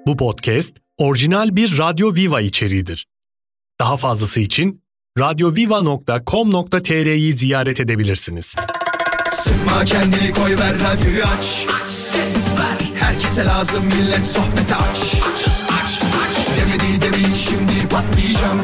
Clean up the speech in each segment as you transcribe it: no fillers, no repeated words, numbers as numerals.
Bu podcast orijinal bir Radyo Viva içeriğidir. Daha fazlası için radyoviva.com.tr'yi ziyaret edebilirsiniz. Sıkma kendini, koyver radyoyu aç. Herkese lazım millet, sohbete aç. Demedi demeyin, şimdi patlayacağım.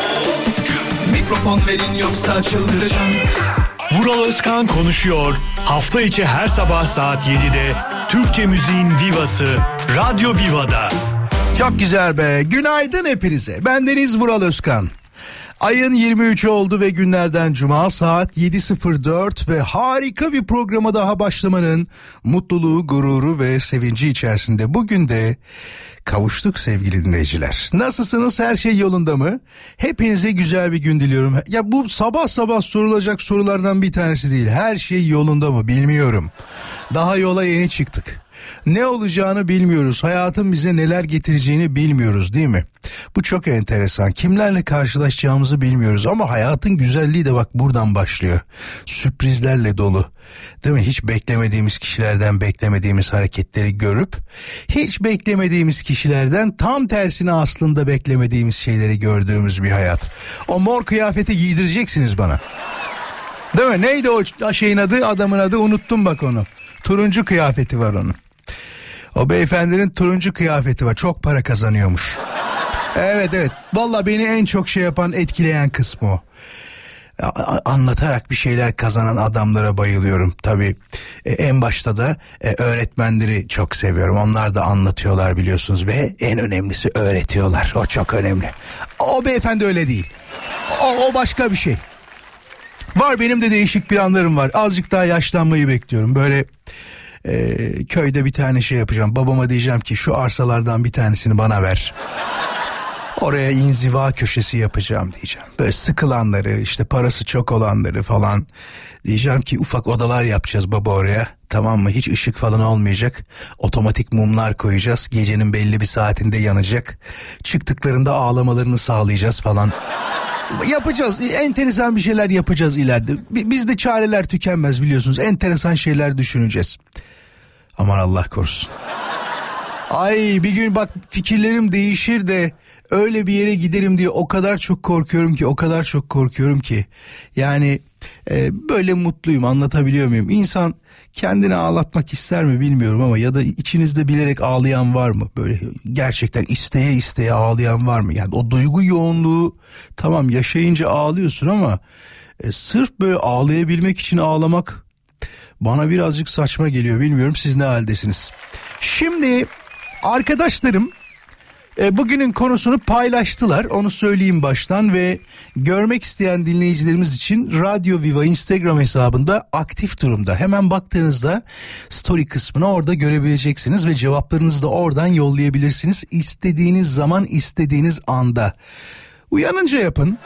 Mikrofon verin yoksa çıldıracağım. Vural Özkan konuşuyor. Hafta içi her sabah saat 7'de Türkçe müziğin vivası Radyo Viva'da. Çok güzel be. Günaydın hepinize. Bendeniz Vural Özkan. Ayın 23'ü oldu ve günlerden cuma, saat 7.04 ve harika bir programa daha başlamanın mutluluğu, gururu ve sevinci içerisinde bugün de kavuştuk sevgili dinleyiciler. Nasılsınız? Her şey yolunda mı? Hepinize güzel bir gün diliyorum. Ya bu sabah sabah sorulacak sorulardan bir tanesi değil. Her şey yolunda mı? Bilmiyorum. Daha yola yeni çıktık. Ne olacağını bilmiyoruz. Hayatın bize neler getireceğini bilmiyoruz, değil mi? Bu çok enteresan. Kimlerle karşılaşacağımızı bilmiyoruz ama hayatın güzelliği de bak buradan başlıyor. Sürprizlerle dolu. Değil mi? Hiç beklemediğimiz kişilerden beklemediğimiz hareketleri görüp hiç beklemediğimiz kişilerden tam tersine aslında beklemediğimiz şeyleri gördüğümüz bir hayat. O mor kıyafeti giydireceksiniz bana. Değil mi? Neydi o şeyin adı, adamın adı? Unuttum bak onu. Turuncu kıyafeti var onun. O beyefendinin turuncu kıyafeti var. Çok para kazanıyormuş. Evet. Vallahi beni en çok şey yapan, etkileyen kısmı o. Anlatarak bir şeyler kazanan adamlara bayılıyorum. Tabii en başta da öğretmenleri çok seviyorum. Onlar da anlatıyorlar biliyorsunuz ve en önemlisi öğretiyorlar. O çok önemli. O beyefendi öyle değil. O başka bir şey. Var, benim de değişik planlarım var. Azıcık daha yaşlanmayı bekliyorum. Böyle köyde bir tane şey yapacağım. Babama diyeceğim ki şu arsalardan bir tanesini bana ver. Oraya inziva köşesi yapacağım diyeceğim. Böyle sıkılanları, işte parası çok olanları falan diyeceğim ki ufak odalar yapacağız baba oraya. Tamam mı? Hiç ışık falan olmayacak. Otomatik mumlar koyacağız. Gecenin belli bir saatinde yanacak. Çıktıklarında ağlamalarını sağlayacağız falan. Yapacağız. Enteresan bir şeyler yapacağız ileride. Bizde çareler tükenmez biliyorsunuz. Enteresan şeyler düşüneceğiz. Aman Allah korusun. Ay bir gün bak fikirlerim değişir de öyle bir yere giderim diye o kadar çok korkuyorum ki. Yani böyle mutluyum, anlatabiliyor muyum? İnsan kendini ağlatmak ister mi bilmiyorum ama ya da içinizde bilerek ağlayan var mı? Böyle gerçekten isteye ağlayan var mı? Yani o duygu yoğunluğu tamam, yaşayınca ağlıyorsun ama sırf böyle ağlayabilmek için ağlamak bana birazcık saçma geliyor. Bilmiyorum siz ne haldesiniz? Şimdi arkadaşlarım bugünün konusunu paylaştılar, onu söyleyeyim baştan ve görmek isteyen dinleyicilerimiz için Radyo Viva Instagram hesabında aktif durumda. Hemen baktığınızda story kısmına orada görebileceksiniz ve cevaplarınızı da oradan yollayabilirsiniz. İstediğiniz zaman, istediğiniz anda. Uyanınca yapın.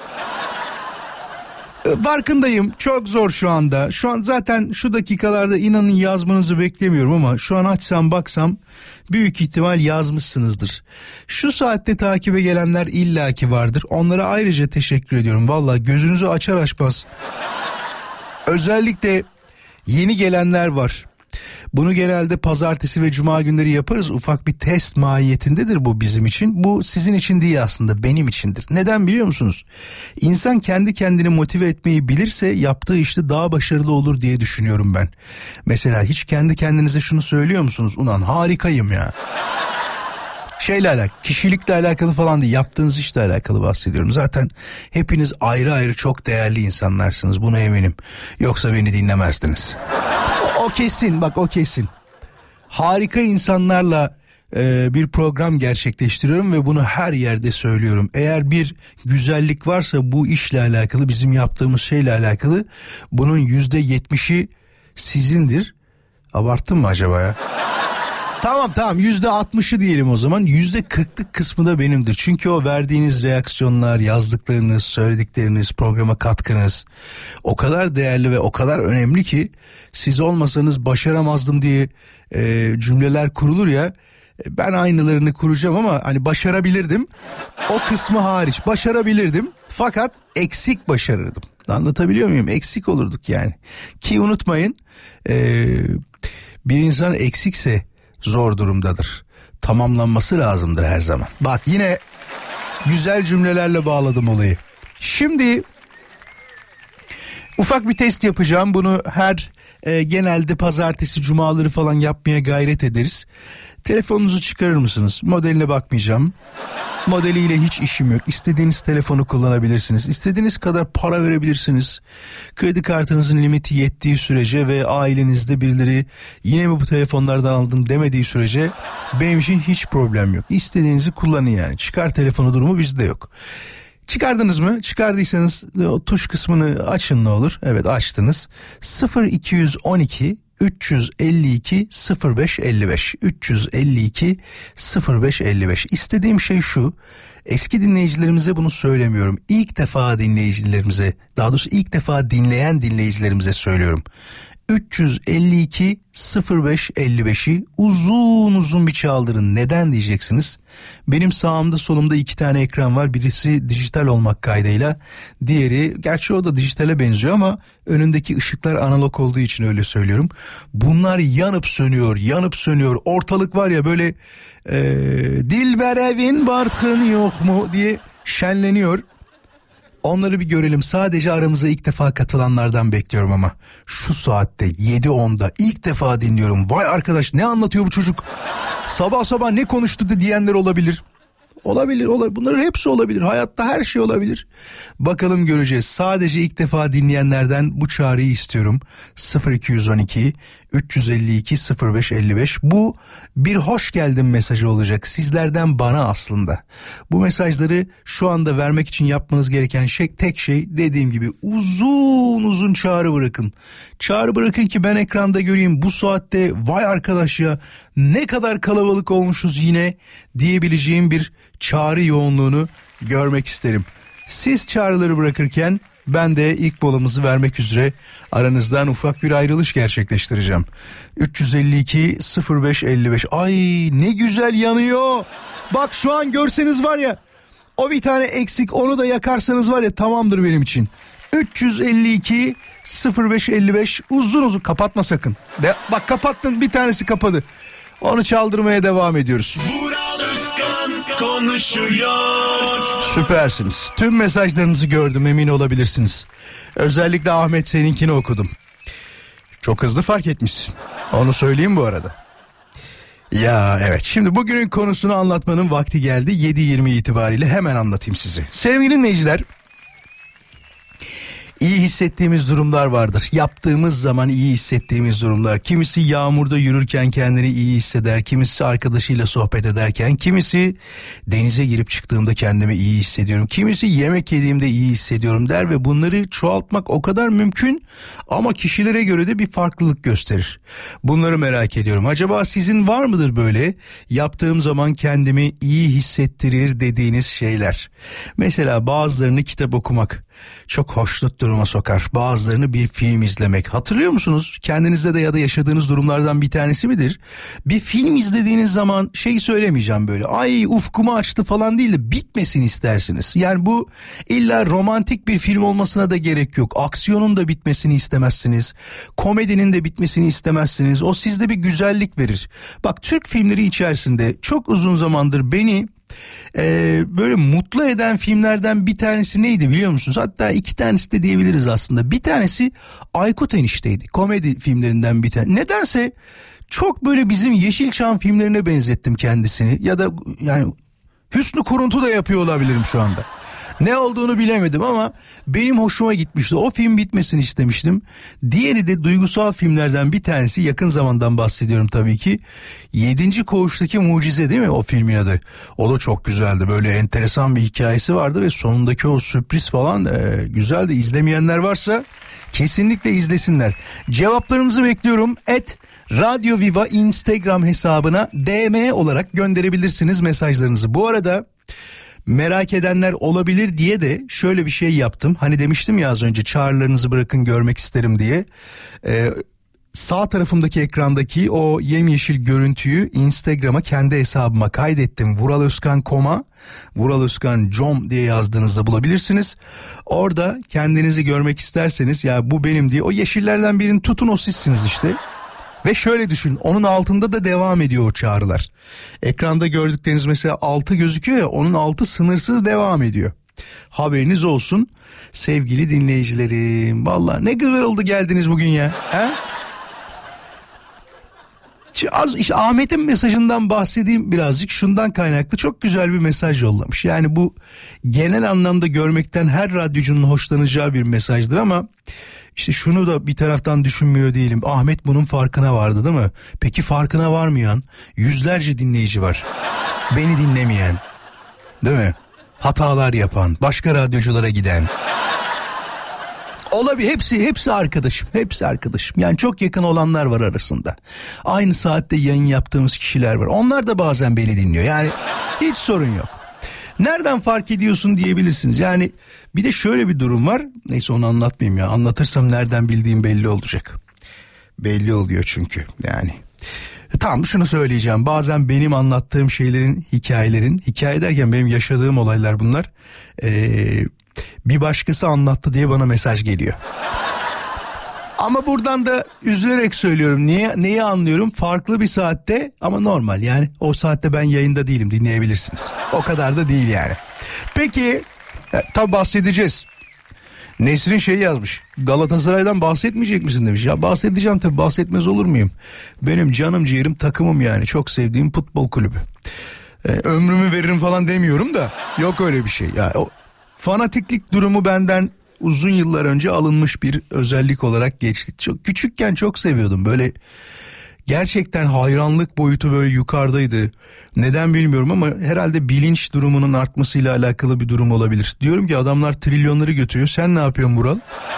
Farkındayım, çok zor şu anda. Şu an zaten şu dakikalarda inanın yazmanızı beklemiyorum ama şu an açsam baksam büyük ihtimal yazmışsınızdır. Şu saatte takibe gelenler illaki vardır. Onlara ayrıca teşekkür ediyorum. Vallahi gözünüzü açar açmaz. Özellikle yeni gelenler var. Bunu genelde pazartesi ve cuma günleri yaparız. Ufak bir test mahiyetindedir bu bizim için. Bu sizin için değil aslında, benim içindir. Neden biliyor musunuz? İnsan kendi kendini motive etmeyi bilirse yaptığı işte daha başarılı olur diye düşünüyorum ben. Mesela hiç kendi kendinize şunu söylüyor musunuz? Ulan harikayım ya. Şeyle alakalı, kişilikle alakalı falan değil, yaptığınız işle alakalı bahsediyorum. Zaten hepiniz ayrı ayrı çok değerli insanlarsınız, buna eminim. Yoksa beni dinlemezdiniz. O kesin, bak o kesin. Harika insanlarla bir program gerçekleştiriyorum ve bunu her yerde söylüyorum. Eğer bir güzellik varsa bu işle alakalı, bizim yaptığımız şeyle alakalı, bunun %70'i sizindir. Abarttım mı acaba ya? Tamam %60'ı diyelim o zaman. %40'lık kısmı da benimdir. Çünkü o verdiğiniz reaksiyonlar, yazdıklarınız, söyledikleriniz, programa katkınız o kadar değerli ve o kadar önemli ki siz olmasanız başaramazdım diye cümleler kurulur ya. Ben aynılarını kuracağım ama hani başarabilirdim. O kısmı hariç başarabilirdim. Fakat eksik başarırdım. Anlatabiliyor muyum? Eksik olurduk yani. Ki unutmayın, bir insan eksikse zor durumdadır. tamamlanması lazımdır her zaman. Bak yine güzel cümlelerle bağladım olayı. Şimdi ufak bir test yapacağım. Bunu genelde pazartesi, cumaları falan yapmaya gayret ederiz. Telefonunuzu çıkarır mısınız? Modeline bakmayacağım. Modeliyle hiç işim yok. İstediğiniz telefonu kullanabilirsiniz. İstediğiniz kadar para verebilirsiniz. Kredi kartınızın limiti yettiği sürece ve ailenizde birileri yine mi bu telefonlardan aldın demediği sürece benim için hiç problem yok. İstediğinizi kullanın yani. Çıkar telefonu durumu bizde yok. Çıkardınız mı? Çıkardıysanız o tuş kısmını açın ne olur. Evet, açtınız. 0212 352 0555 352 0555. İstediğim şey şu: eski dinleyicilerimize bunu söylemiyorum. İlk defa dinleyicilerimize, daha doğrusu ilk defa dinleyen dinleyicilerimize söylüyorum. 352 0555'i uzun bir çaldırın. Neden diyeceksiniz? Benim sağımda solumda 2 tane ekran var. Birisi dijital olmak kaydıyla, diğeri, gerçi o da dijitale benziyor ama önündeki ışıklar analog olduğu için öyle söylüyorum. Bunlar yanıp sönüyor. Ortalık var ya böyle Dilber evin barkın yok mu diye şenleniyor. Onları bir görelim. Sadece aramıza ilk defa katılanlardan bekliyorum ama. Şu saatte 7.10'da ilk defa dinliyorum. Vay arkadaş, ne anlatıyor bu çocuk? Sabah ne konuştu diyenler olabilir. Olabilir. Bunların hepsi olabilir. Hayatta her şey olabilir. Bakalım, göreceğiz. Sadece ilk defa dinleyenlerden bu çağrıyı istiyorum. 0212 352 0555. Bu bir hoş geldin mesajı olacak. Sizlerden bana aslında. Bu mesajları şu anda vermek için yapmanız gereken tek şey dediğim gibi uzun çağrı bırakın. Çağrı bırakın ki ben ekranda göreyim. Bu saatte vay arkadaş ya ne kadar kalabalık olmuşuz yine diyebileceğim bir çağrı yoğunluğunu görmek isterim. Siz çağrıları bırakırken ben de ilk molamızı vermek üzere aranızdan ufak bir ayrılış gerçekleştireceğim. 352 0555. Ay ne güzel yanıyor. Bak şu an görseniz var ya, o bir tane eksik, onu da yakarsanız var ya tamamdır benim için. 352 0555 uzun kapatma sakın. Bak kapattın, bir tanesi kapadı. Onu çaldırmaya devam ediyoruz. Vural Özkan konuşuyor. Süpersiniz. Tüm mesajlarınızı gördüm, emin olabilirsiniz. Özellikle Ahmet, seninkini okudum. Çok hızlı fark etmişsin. Onu söyleyeyim bu arada. Ya evet, şimdi bugünün konusunu anlatmanın vakti geldi. 7.20 itibariyle hemen anlatayım size. Sevgili dinleyiciler, İyi hissettiğimiz durumlar vardır. Yaptığımız zaman iyi hissettiğimiz durumlar. Kimisi yağmurda yürürken kendini iyi hisseder. Kimisi arkadaşıyla sohbet ederken. Kimisi denize girip çıktığımda kendimi iyi hissediyorum. Kimisi yemek yediğimde iyi hissediyorum der ve bunları çoğaltmak o kadar mümkün ama kişilere göre de bir farklılık gösterir. Bunları merak ediyorum. Acaba sizin var mıdır böyle yaptığım zaman kendimi iyi hissettirir dediğiniz şeyler? Mesela bazılarını kitap okumak çok hoşnut duruma sokar. Bazılarını bir film izlemek. Hatırlıyor musunuz? Kendinizde de ya da yaşadığınız durumlardan bir tanesi midir? Bir film izlediğiniz zaman söylemeyeceğim böyle. Ay ufkumu açtı falan değil de bitmesini istersiniz. Yani bu illa romantik bir film olmasına da gerek yok. Aksiyonun da bitmesini istemezsiniz. Komedinin de bitmesini istemezsiniz. O sizde bir güzellik verir. Bak, Türk filmleri içerisinde çok uzun zamandır beni böyle mutlu eden filmlerden bir tanesi neydi biliyor musunuz? Hatta 2 tanesi de diyebiliriz aslında. Bir tanesi Aykut Enişte'ydi. Komedi filmlerinden bir tane. Nedense çok böyle bizim Yeşilçam filmlerine benzettim kendisini. Ya da yani Hüsnü Kuruntu da yapıyor olabilirim şu anda. Ne olduğunu bilemedim ama benim hoşuma gitmişti. O film bitmesini istemiştim. Diğeri de duygusal filmlerden bir tanesi, yakın zamandan bahsediyorum tabii ki. 7. Koğuş'taki Mucize değil mi o filmin adı? O da çok güzeldi. Böyle enteresan bir hikayesi vardı ve sonundaki o sürpriz falan güzeldi. İzlemeyenler varsa kesinlikle izlesinler. Cevaplarınızı bekliyorum. Radyo Viva Instagram hesabına DM olarak gönderebilirsiniz mesajlarınızı. Bu arada merak edenler olabilir diye de şöyle bir şey yaptım. Hani demiştim ya az önce, çağrılarınızı bırakın görmek isterim diye. Sağ tarafımdaki ekrandaki o yemyeşil görüntüyü Instagram'a, kendi hesabıma kaydettim. Vuraloskan.com'a, vuraloskan.com diye yazdığınızda bulabilirsiniz. Orada kendinizi görmek isterseniz, ya bu benim diye o yeşillerden birini tutun, o sizsiniz işte. Ve şöyle düşün, onun altında da devam ediyor o çağrılar. Ekranda gördükleriniz mesela altı gözüküyor ya, onun altı sınırsız devam ediyor. Haberiniz olsun sevgili dinleyicilerim. Vallahi ne güzel oldu geldiniz bugün ya. He? İşte Ahmet'in mesajından bahsedeyim birazcık. Şundan kaynaklı çok güzel bir mesaj yollamış. Yani bu genel anlamda görmekten her radyocunun hoşlanacağı bir mesajdır ama işte şunu da bir taraftan düşünmüyor değilim. Ahmet bunun farkına vardı değil mi? Peki farkına varmayan yüzlerce dinleyici var. Beni dinlemeyen, değil mi? Hatalar yapan, başka radyoculara giden. Olabilir, hepsi arkadaşım, hepsi arkadaşım. Yani çok yakın olanlar var arasında. Aynı saatte yayın yaptığımız kişiler var. Onlar da bazen beni dinliyor. Yani hiç sorun yok. Nereden fark ediyorsun diyebilirsiniz. Yani bir de şöyle bir durum var. Neyse onu anlatmayayım ya. Anlatırsam nereden bildiğim belli olacak. Belli oluyor çünkü yani. Tamam, şunu söyleyeceğim. Bazen benim anlattığım şeylerin, hikaye derken benim yaşadığım olaylar bunlar. Bir başkası anlattı diye bana mesaj geliyor. Ama buradan da üzülerek söylüyorum. Neyi anlıyorum? Farklı bir saatte ama normal. Yani o saatte ben yayında değilim, dinleyebilirsiniz. O kadar da değil yani. Peki tabi bahsedeceğiz. Nesrin yazmış. Galatasaray'dan bahsetmeyecek misin demiş. Ya bahsedeceğim tabi, bahsetmez olur muyum? Benim canım ciğerim, takımım yani. Çok sevdiğim futbol kulübü. Ömrümü veririm falan demiyorum da. Yok öyle bir şey. Ya o fanatiklik durumu benden uzun yıllar önce alınmış bir özellik olarak geçti. Çok küçükken çok seviyordum. Böyle gerçekten hayranlık boyutu böyle yukarıdaydı. Neden bilmiyorum ama herhalde bilinç durumunun artmasıyla alakalı bir durum olabilir. Diyorum ki adamlar trilyonları götürüyor. Sen ne yapıyorsun Vural?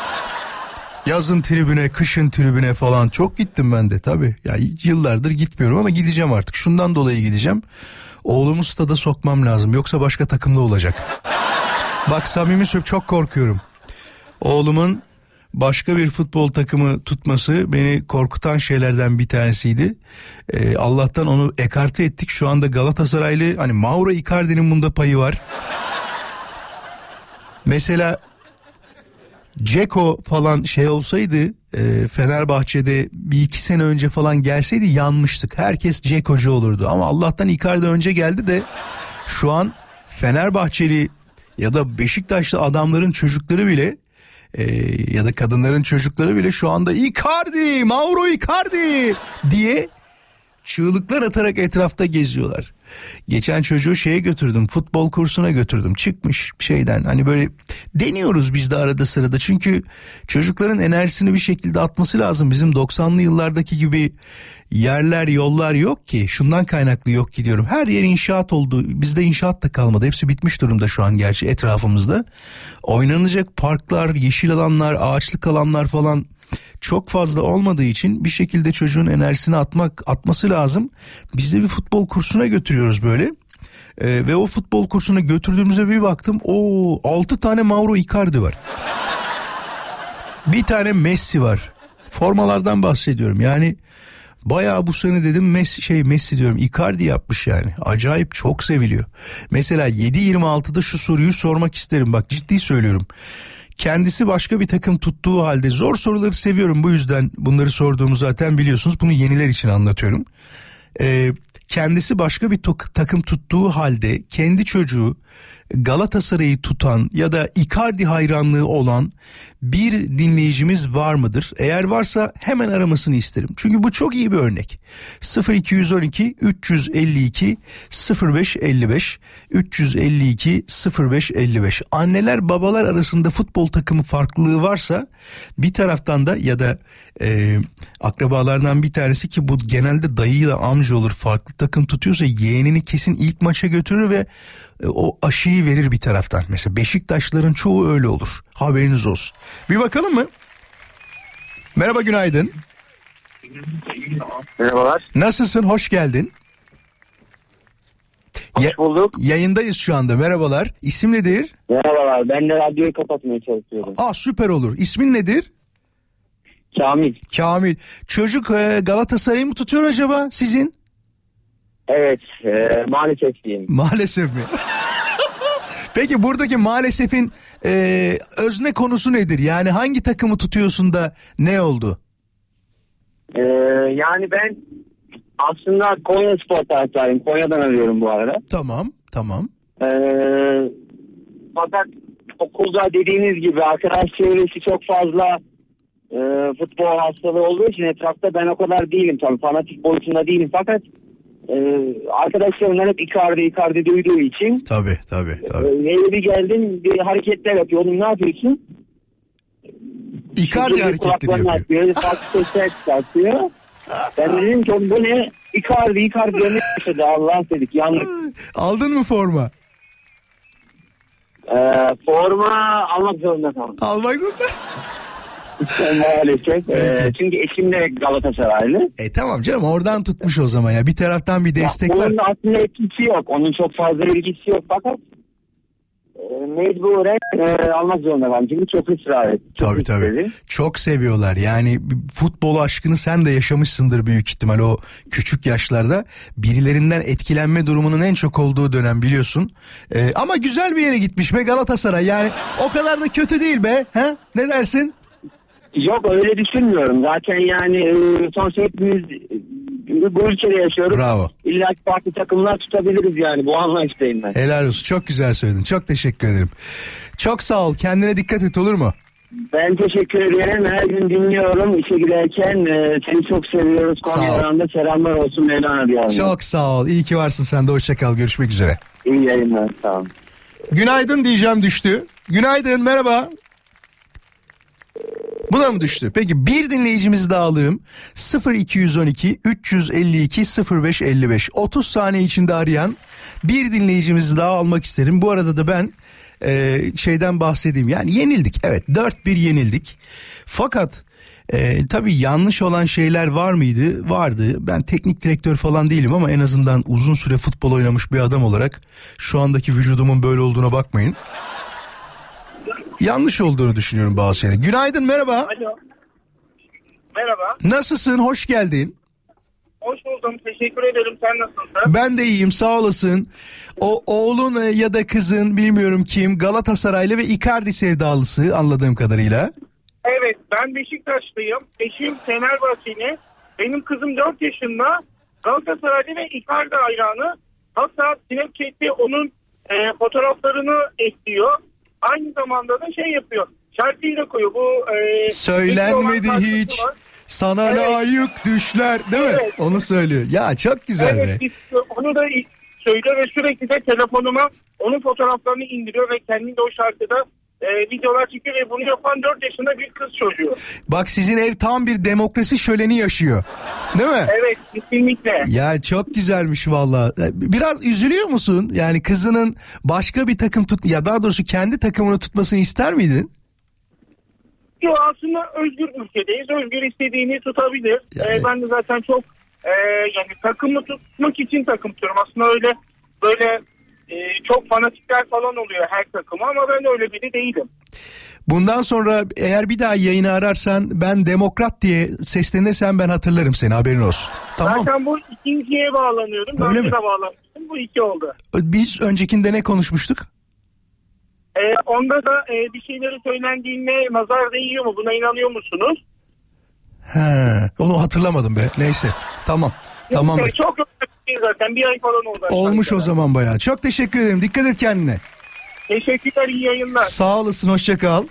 Yazın tribüne, kışın tribüne falan çok gittim ben de tabii. Ya yıllardır gitmiyorum ama gideceğim artık. Şundan dolayı gideceğim. Oğlumu stada sokmam lazım. Yoksa başka takımda olacak. Bak samimi söylüyorum, çok korkuyorum. Oğlumun başka bir futbol takımı tutması beni korkutan şeylerden bir tanesiydi. Allah'tan onu ekarte ettik. Şu anda Galatasaraylı, hani Mauro Icardi'nin bunda payı var. Mesela Dzeko falan olsaydı, Fenerbahçe'de bir iki sene önce falan gelseydi yanmıştık. Herkes Dzeko'cu olurdu ama Allah'tan Icardi önce geldi de şu an Fenerbahçeli ya da Beşiktaşlı adamların çocukları bile ya da kadınların çocukları bile şu anda Icardi, Mauro Icardi diye çığlıklar atarak etrafta geziyorlar. Geçen çocuğu götürdüm, futbol kursuna götürdüm. Çıkmış hani böyle deniyoruz biz de arada sırada. Çünkü çocukların enerjisini bir şekilde atması lazım. Bizim 90'lı yıllardaki gibi yerler, yollar yok ki. Şundan kaynaklı yok ki diyorum. Her yer inşaat oldu. Bizde inşaat da kalmadı. Hepsi bitmiş durumda şu an gerçi etrafımızda. Oynanacak parklar, yeşil alanlar, ağaçlık alanlar falan çok fazla olmadığı için bir şekilde çocuğun enerjisini atması lazım. Biz de bir futbol kursuna götürüyoruz böyle. Ve o futbol kursuna götürdüğümüzde bir baktım. 6 tane Mauro Icardi var. Bir tane Messi var. Formalardan bahsediyorum. Yani bayağı bu sene dedim Messi diyorum, Icardi yapmış yani. Acayip çok seviliyor. Mesela 7.26'da şu soruyu sormak isterim. Bak ciddi söylüyorum. Kendisi başka bir takım tuttuğu halde, zor soruları seviyorum bu yüzden bunları sorduğumu zaten biliyorsunuz. Bunu yeniler için anlatıyorum. Kendisi başka bir takım tuttuğu halde kendi çocuğu Galatasaray'ı tutan ya da Icardi hayranlığı olan bir dinleyicimiz var mıdır? Eğer varsa hemen aramasını isterim. Çünkü bu çok iyi bir örnek. 0212 352 0555 352 0555. Anneler babalar arasında futbol takımı farklılığı varsa bir taraftan da ya da akrabalardan bir tanesi, ki bu genelde dayıyla amca olur, farklı takım tutuyorsa yeğenini kesin ilk maça götürür ve o aşıyı verir bir taraftan. Mesela Beşiktaşların çoğu öyle olur. Haberiniz olsun. Bir bakalım mı? Merhaba, günaydın. Merhabalar. Nasılsın? Hoş geldin. Hoş bulduk. Yayındayız şu anda. Merhabalar. İsim nedir? Merhabalar. Ben de radyoyu kapatmaya çalışıyorum. Süper olur. İsmin nedir? Kamil. Kamil. Çocuk Galatasaray'ı mı tutuyor acaba sizin? Evet. Maalesef diyeyim. Maalesef mi? Peki buradaki maalesefin özne konusu nedir? Yani hangi takımı tutuyorsun da ne oldu? Yani ben aslında Konya Spor taraftarıyım. Konya'dan arıyorum bu arada. Tamam. Fakat okulda dediğiniz gibi arkadaş çevresi çok fazla futbol hastalığı olduğu için etrafta ben o kadar değilim. Tabii fanatik boyutunda değilim fakat arkadaşlarımdan hep Icardi duyduğu için. Tabii. Eve bir geldim, bir hareketler yapıyor. Oğlum ne yapıyorsun? Icardi hareketleri yapıyor. Farklı sesler çıkartıyor. Ben dedim ki bu ne? Icardi ne yaşadı Allah dedik. Yandık. Aldın mı forma? Forma almak zorunda kaldım. Almak zorunda. Maalesef. Çünkü eşim de Galatasaraylı. Tamam canım, oradan tutmuş o zaman ya. Bir taraftan bir destek var. Onun aslında etkisi yok. Onun çok fazla ilgisi yok fakat mecburen almak zorunda kaldım. Çünkü çok ısrar etti. Tabii. Çok seviyorlar. Yani futbol aşkını sen de yaşamışsındır büyük ihtimal o küçük yaşlarda. Birilerinden etkilenme durumunun en çok olduğu dönem biliyorsun. Ama güzel bir yere gitmiş be Galatasaray. Yani o kadar da kötü değil be. He? Ne dersin? Yok öyle düşünmüyorum. Zaten yani sonuçta hepimiz bu ülkede yaşıyoruz. Bravo. İlla ki farklı takımlar tutabiliriz yani. Bu anlayıştayım ben. Helal olsun. Çok güzel söyledin. Çok teşekkür ederim. Çok sağ ol. Kendine dikkat et, olur mu? Ben teşekkür ederim. Her gün dinliyorum. İşe giderken seni çok seviyoruz. Konya'dan da selamlar olsun Mevlana diyorum. Çok sağ ol. İyi ki varsın sen de. Hoşça kal. Görüşmek üzere. İyi yayınlar. Sağ ol. Günaydın diyeceğim, düştü. Günaydın, merhaba. Bu da mı düştü? Peki bir dinleyicimizi daha alırım. 0212 352 0555. 30 saniye içinde arayan bir dinleyicimizi daha almak isterim. Bu arada da ben şeyden bahsedeyim. Yani yenildik. Evet, 4-1 yenildik. Fakat tabii yanlış olan şeyler var mıydı? Vardı. Ben teknik direktör falan değilim ama en azından uzun süre futbol oynamış bir adam olarak şu andaki vücudumun böyle olduğuna bakmayın. Yanlış olduğunu düşünüyorum bazı şeyler. Günaydın, merhaba. Alo. Merhaba. Nasılsın? Hoş geldin. Hoş buldum. Teşekkür ederim. Sen nasılsın? Ben de iyiyim, sağ olasın. O oğlun ya da kızın, bilmiyorum kim, Galatasaraylı ve Icardi sevdalısı anladığım kadarıyla. Evet, ben Beşiktaşlıyım. Eşim Fenerbahçeli. Benim kızım 4 yaşında. Galatasaraylı ve Icardi hayranı. Hatta Snapchat'te onun fotoğraflarını ekliyor. Aynı zamanda da şey yapıyor. Şarkıyı da koyuyor. Bu söylenmedi hiç. Sana evet. Layık düşler, değil mi? Evet. Onu söylüyor. Ya çok güzel evet, be. Onu da söylüyor ve sürekli de telefonuma onun fotoğraflarını indiriyor ve kendi de o şarkıda videolar çekiyor ve bunu yapan 4 yaşında bir kız çocuğu. Bak sizin ev tam bir demokrasi şöleni yaşıyor. Değil mi? Evet, kesinlikle. Ya çok güzelmiş valla. Biraz üzülüyor musun? Yani kızının başka bir takım ya daha doğrusu kendi takımını tutmasını ister miydin? Yok, aslında özgür ülkedeyiz. Özgür istediğini tutabilir. Yani. Ben de zaten çok yani takımı tutmak için takım tutuyorum. Aslında öyle böyle çok fanatikler falan oluyor her takıma ama ben öyle biri değilim. Bundan sonra eğer bir daha yayını ararsan ben demokrat diye seslenirsen ben hatırlarım seni, haberin olsun. Tamam. Zaten bu ikinciye bağlanıyordum. Öyle ben mi? de bağlanmıştım. Bu 2 oldu. Biz öncekinde ne konuşmuştuk? Onda da bir şeyleri söylendiğinde nazar değiyor mu? Buna inanıyor musunuz? Onu hatırlamadım be. Neyse. Tamam. Tamam. Çok zaten bir ay falan oldu. Olmuş o zaman bayağı. Çok teşekkür ederim. Dikkat et kendine. Teşekkürler, iyi yayınlar. Sağ olasın, hoşça kal.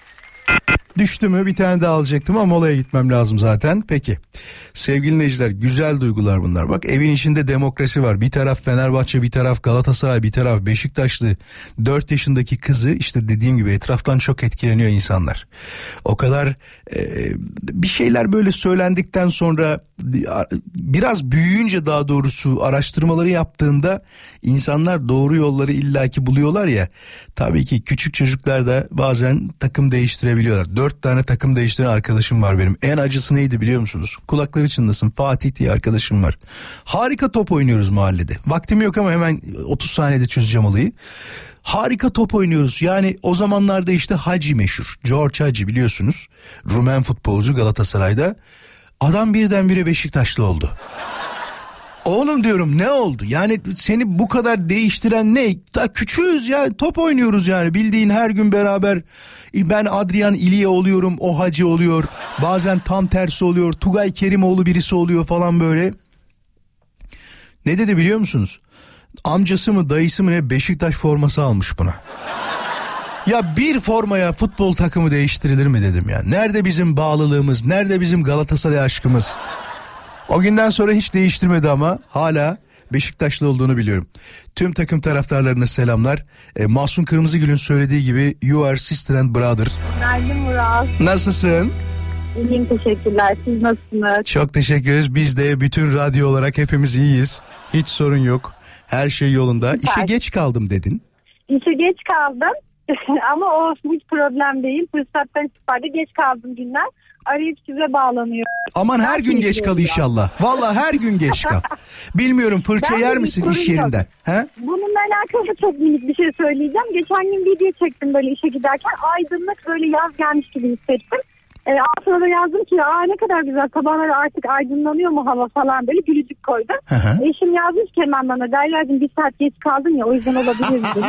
Düştü mü? Bir tane daha alacaktım ama molaya gitmem lazım zaten. Peki. Sevgili dinleyiciler, güzel duygular bunlar. Bak, evin içinde demokrasi var. Bir taraf Fenerbahçe, bir taraf Galatasaray, bir taraf Beşiktaşlı. 4 yaşındaki kızı işte dediğim gibi etraftan çok etkileniyor insanlar. O kadar bir şeyler böyle söylendikten sonra biraz büyüyünce, daha doğrusu araştırmaları yaptığında insanlar doğru yolları illaki buluyorlar ya. Tabii ki küçük çocuklar da bazen takım değiştirebiliyorlar. 4 tane takım değiştiren arkadaşım var benim. En acısı neydi biliyor musunuz? Kulakları çınlasın, Fatih diye arkadaşım var. Harika top oynuyoruz mahallede. Vaktim yok ama hemen 30 saniyede çözeceğim olayı. Harika top oynuyoruz. Yani o zamanlarda işte Hacı meşhur. George Hacı, biliyorsunuz. Rumen futbolcu, Galatasaray'da. Adam birdenbire Beşiktaşlı oldu. Oğlum diyorum ne oldu? Yani seni bu kadar değiştiren ne? Daha küçüğüz ya, top oynuyoruz yani, bildiğin her gün beraber. Ben Adrian İlya oluyorum, o Hacı oluyor. Bazen tam tersi oluyor. Tugay Kerimoğlu birisi oluyor falan böyle. Ne dedi biliyor musunuz? Amcası mı dayısı mı ne Beşiktaş forması almış buna. Ya bir formaya futbol takımı değiştirilir mi dedim ya. Nerede bizim bağlılığımız, nerede bizim Galatasaray aşkımız? O günden sonra hiç değiştirmedi ama hala Beşiktaşlı olduğunu biliyorum. Tüm takım taraftarlarına selamlar. Mahsun Kırmızıgül'ün söylediği gibi you are sister and brother. Günaydın Murat. Nasılsın? İyiyim, teşekkürler. Siz nasılsınız? Çok teşekkür ederiz. Biz de bütün radyo olarak hepimiz iyiyiz. Hiç sorun yok. Her şey yolunda. Süper. İşe geç kaldım dedin. İşe geç kaldım ama o hiç problem değil. Fırsattan istifade geç kaldım günler. Arayıp size bağlanıyor. Aman her gün geç kal inşallah. Vallahi her gün geç kal. Bilmiyorum, fırça Ben yer de misin sorun iş yok. yerinde? He? Bununla alakalı çok minik bir şey söyleyeceğim. Geçen gün video çektim böyle işe giderken. Aydınlık, böyle yaz gelmiş gibi hissettim. Altına da yazdım ki ne kadar güzel, sabahları artık aydınlanıyor mu hava falan, böyle gülücük koydum. Eşim yazmış ki hemen bana, Derya'cığım bir saat geç kaldın ya, o yüzden olabilir dedi.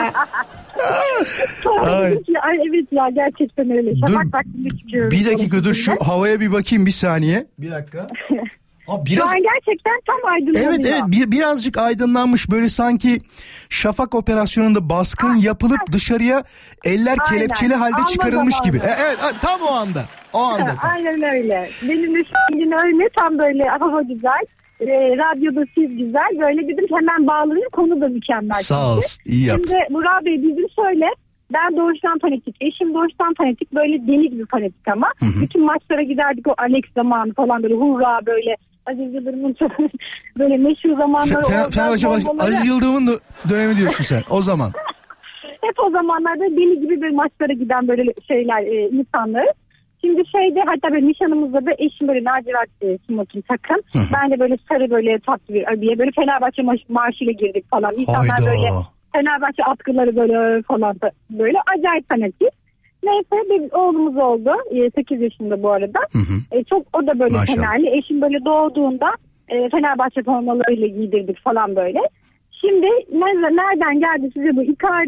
Sonra dedim ki evet ya, gerçekten öyle. Şafak vaktinde çıkıyoruz. Bir dakika dur, şu havaya bir bakayım bir saniye. Bir dakika. Şu an gerçekten tam aydınlanıyor. Evet birazcık aydınlanmış, böyle sanki şafak operasyonunda baskın yapılıp dışarıya eller kelepçeli halde Alma çıkarılmış zamanı. gibi. Evet tam o anda. Aynen öyle. Benim de şimdi öyle, tam böyle hava güzel. Radyoda siz güzel. Böyle dedim hemen bağlayayım, konu da mükemmel. Sağ olsun, iyi yaptın. Şimdi Murat Bey, bizim şöyle, ben doğuştan fanatik, eşim doğuştan fanatik, böyle deli gibi fanatik ama. Bütün maçlara giderdik, o Alex zamanı falan, böyle hurra, böyle Aziz Yıldırım'ın böyle meşhur zamanları. Aziz Yıldırım'ın dönemi diyorsun sen o zaman. Hep o zamanlarda deli gibi bir maçlara giden böyle şeyler, insanlar. Şimdi hatta böyle nişanımızda da eşim böyle lacivert smoking takım. Ben de böyle sarı, böyle tatlı bir abiye, böyle Fenerbahçe marşıyla girdik falan. İnsanlar böyle Fenerbahçe atkıları böyle falan, böyle acayip fanatik. Neyse bir oğlumuz oldu. 8 yaşında bu arada. Çok, o da böyle Fenerli. Eşim böyle doğduğunda Fenerbahçe formalarıyla giydirdik falan böyle. Şimdi nereden geldi size bu